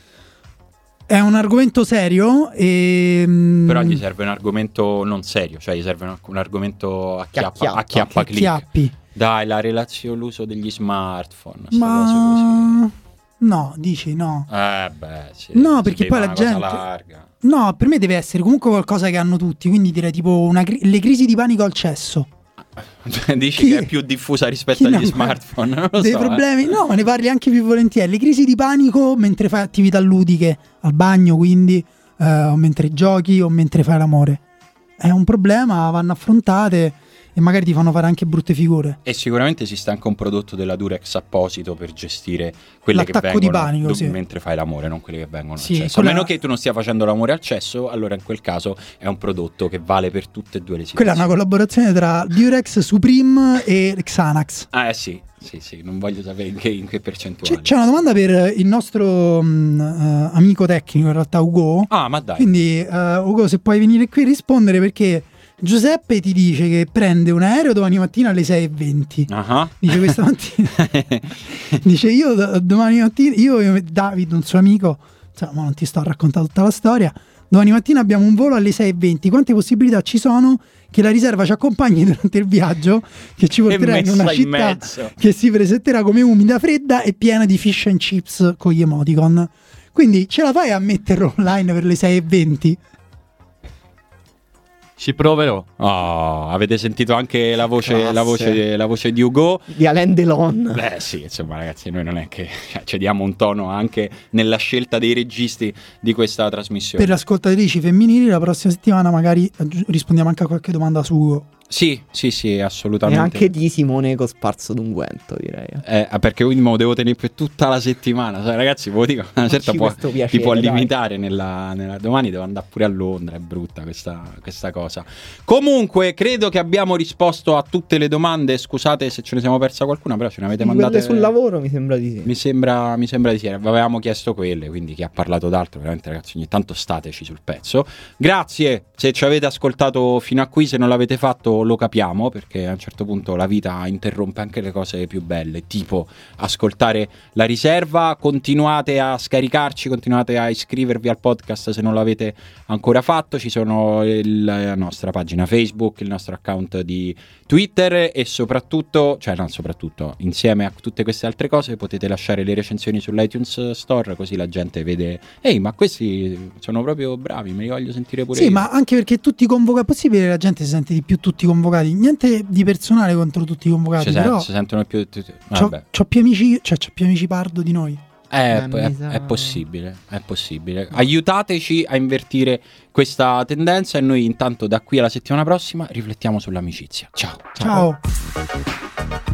È un argomento serio però gli serve un argomento non serio, cioè gli serve un argomento acchiappa click. Dai, la relazione, l'uso degli smartphone, ma no, dici no. Sì, no, perché poi la gente larga. No, per me deve essere comunque qualcosa che hanno tutti, quindi direi tipo le crisi di panico al cesso. Dici che è più diffusa rispetto agli smartphone, non lo dei so, problemi, no, ma ne parli anche più volentieri. Le crisi di panico mentre fai attività ludiche al bagno, quindi o mentre giochi o mentre fai l'amore, è un problema, vanno affrontate e magari ti fanno fare anche brutte figure. E sicuramente esiste anche un prodotto della Durex apposito per gestire quelle l'attacco che vengono di panico, sì, mentre fai l'amore, non quelle che vengono sì, al cesso. A meno che tu non stia facendo l'amore al cesso, allora in quel caso è un prodotto che vale per tutte e 2 le situazioni. Quella è una collaborazione tra Durex, Supreme e Xanax. Sì, non voglio sapere in che percentuale. C'è una domanda per il nostro amico tecnico, in realtà Ugo. Ma dai. Quindi Ugo, se puoi venire qui a rispondere, perché Giuseppe ti dice che prende un aereo domani mattina alle 6:20. Dice questa mattina. Dice io domani mattina, io e David, un suo amico, insomma non ti sto a raccontare tutta la storia, domani mattina abbiamo un volo alle 6:20. Quante possibilità ci sono che la riserva ci accompagni durante il viaggio, che ci porterà in una città che si presenterà come umida, fredda e piena di fish and chips con gli emoticon? Quindi ce la fai a metterlo online per le 6:20? Ci proverò. Avete sentito anche la voce di Ugo, di Alain Delon. Sì, insomma ragazzi, noi non è che ci diamo un tono anche nella scelta dei registi di questa trasmissione. Per le ascoltatrici femminili la prossima settimana magari rispondiamo anche a qualche domanda su Ugo. Sì, assolutamente. E anche di Simone Cosparso d'Unguento, direi. Perché quindi me lo devo tenere per tutta la settimana. Ragazzi, ve lo dico, una certa ti può limitare nella domani devo andare pure a Londra, è brutta questa cosa. Comunque, credo che abbiamo risposto a tutte le domande. Scusate se ce ne siamo persa qualcuna, però ce ne avete mandate. Quelle sul lavoro mi sembra di sì. Mi sembra di sì. Avevamo chiesto quelle, quindi chi ha parlato d'altro, veramente ragazzi, ogni tanto stateci sul pezzo. Grazie se ci avete ascoltato fino a qui, se non l'avete fatto lo capiamo, perché a un certo punto la vita interrompe anche le cose più belle, tipo ascoltare la riserva. Continuate a scaricarci, continuate a iscrivervi al podcast se non l'avete ancora fatto. Ci sono la nostra pagina Facebook, il nostro account di Twitter e soprattutto, insieme a tutte queste altre cose potete lasciare le recensioni sull'iTunes Store, così la gente vede: ehi, ma questi sono proprio bravi, me li voglio sentire pure io. Ma anche perché tutti convocati, è possibile che la gente si sente di più tutti convocati, niente di personale contro tutti i convocati, però si sentono più. C'ho più amici, c'ho più amici pardo di noi. È possibile. Aiutateci a invertire questa tendenza e noi intanto da qui alla settimana prossima riflettiamo sull'amicizia. Ciao.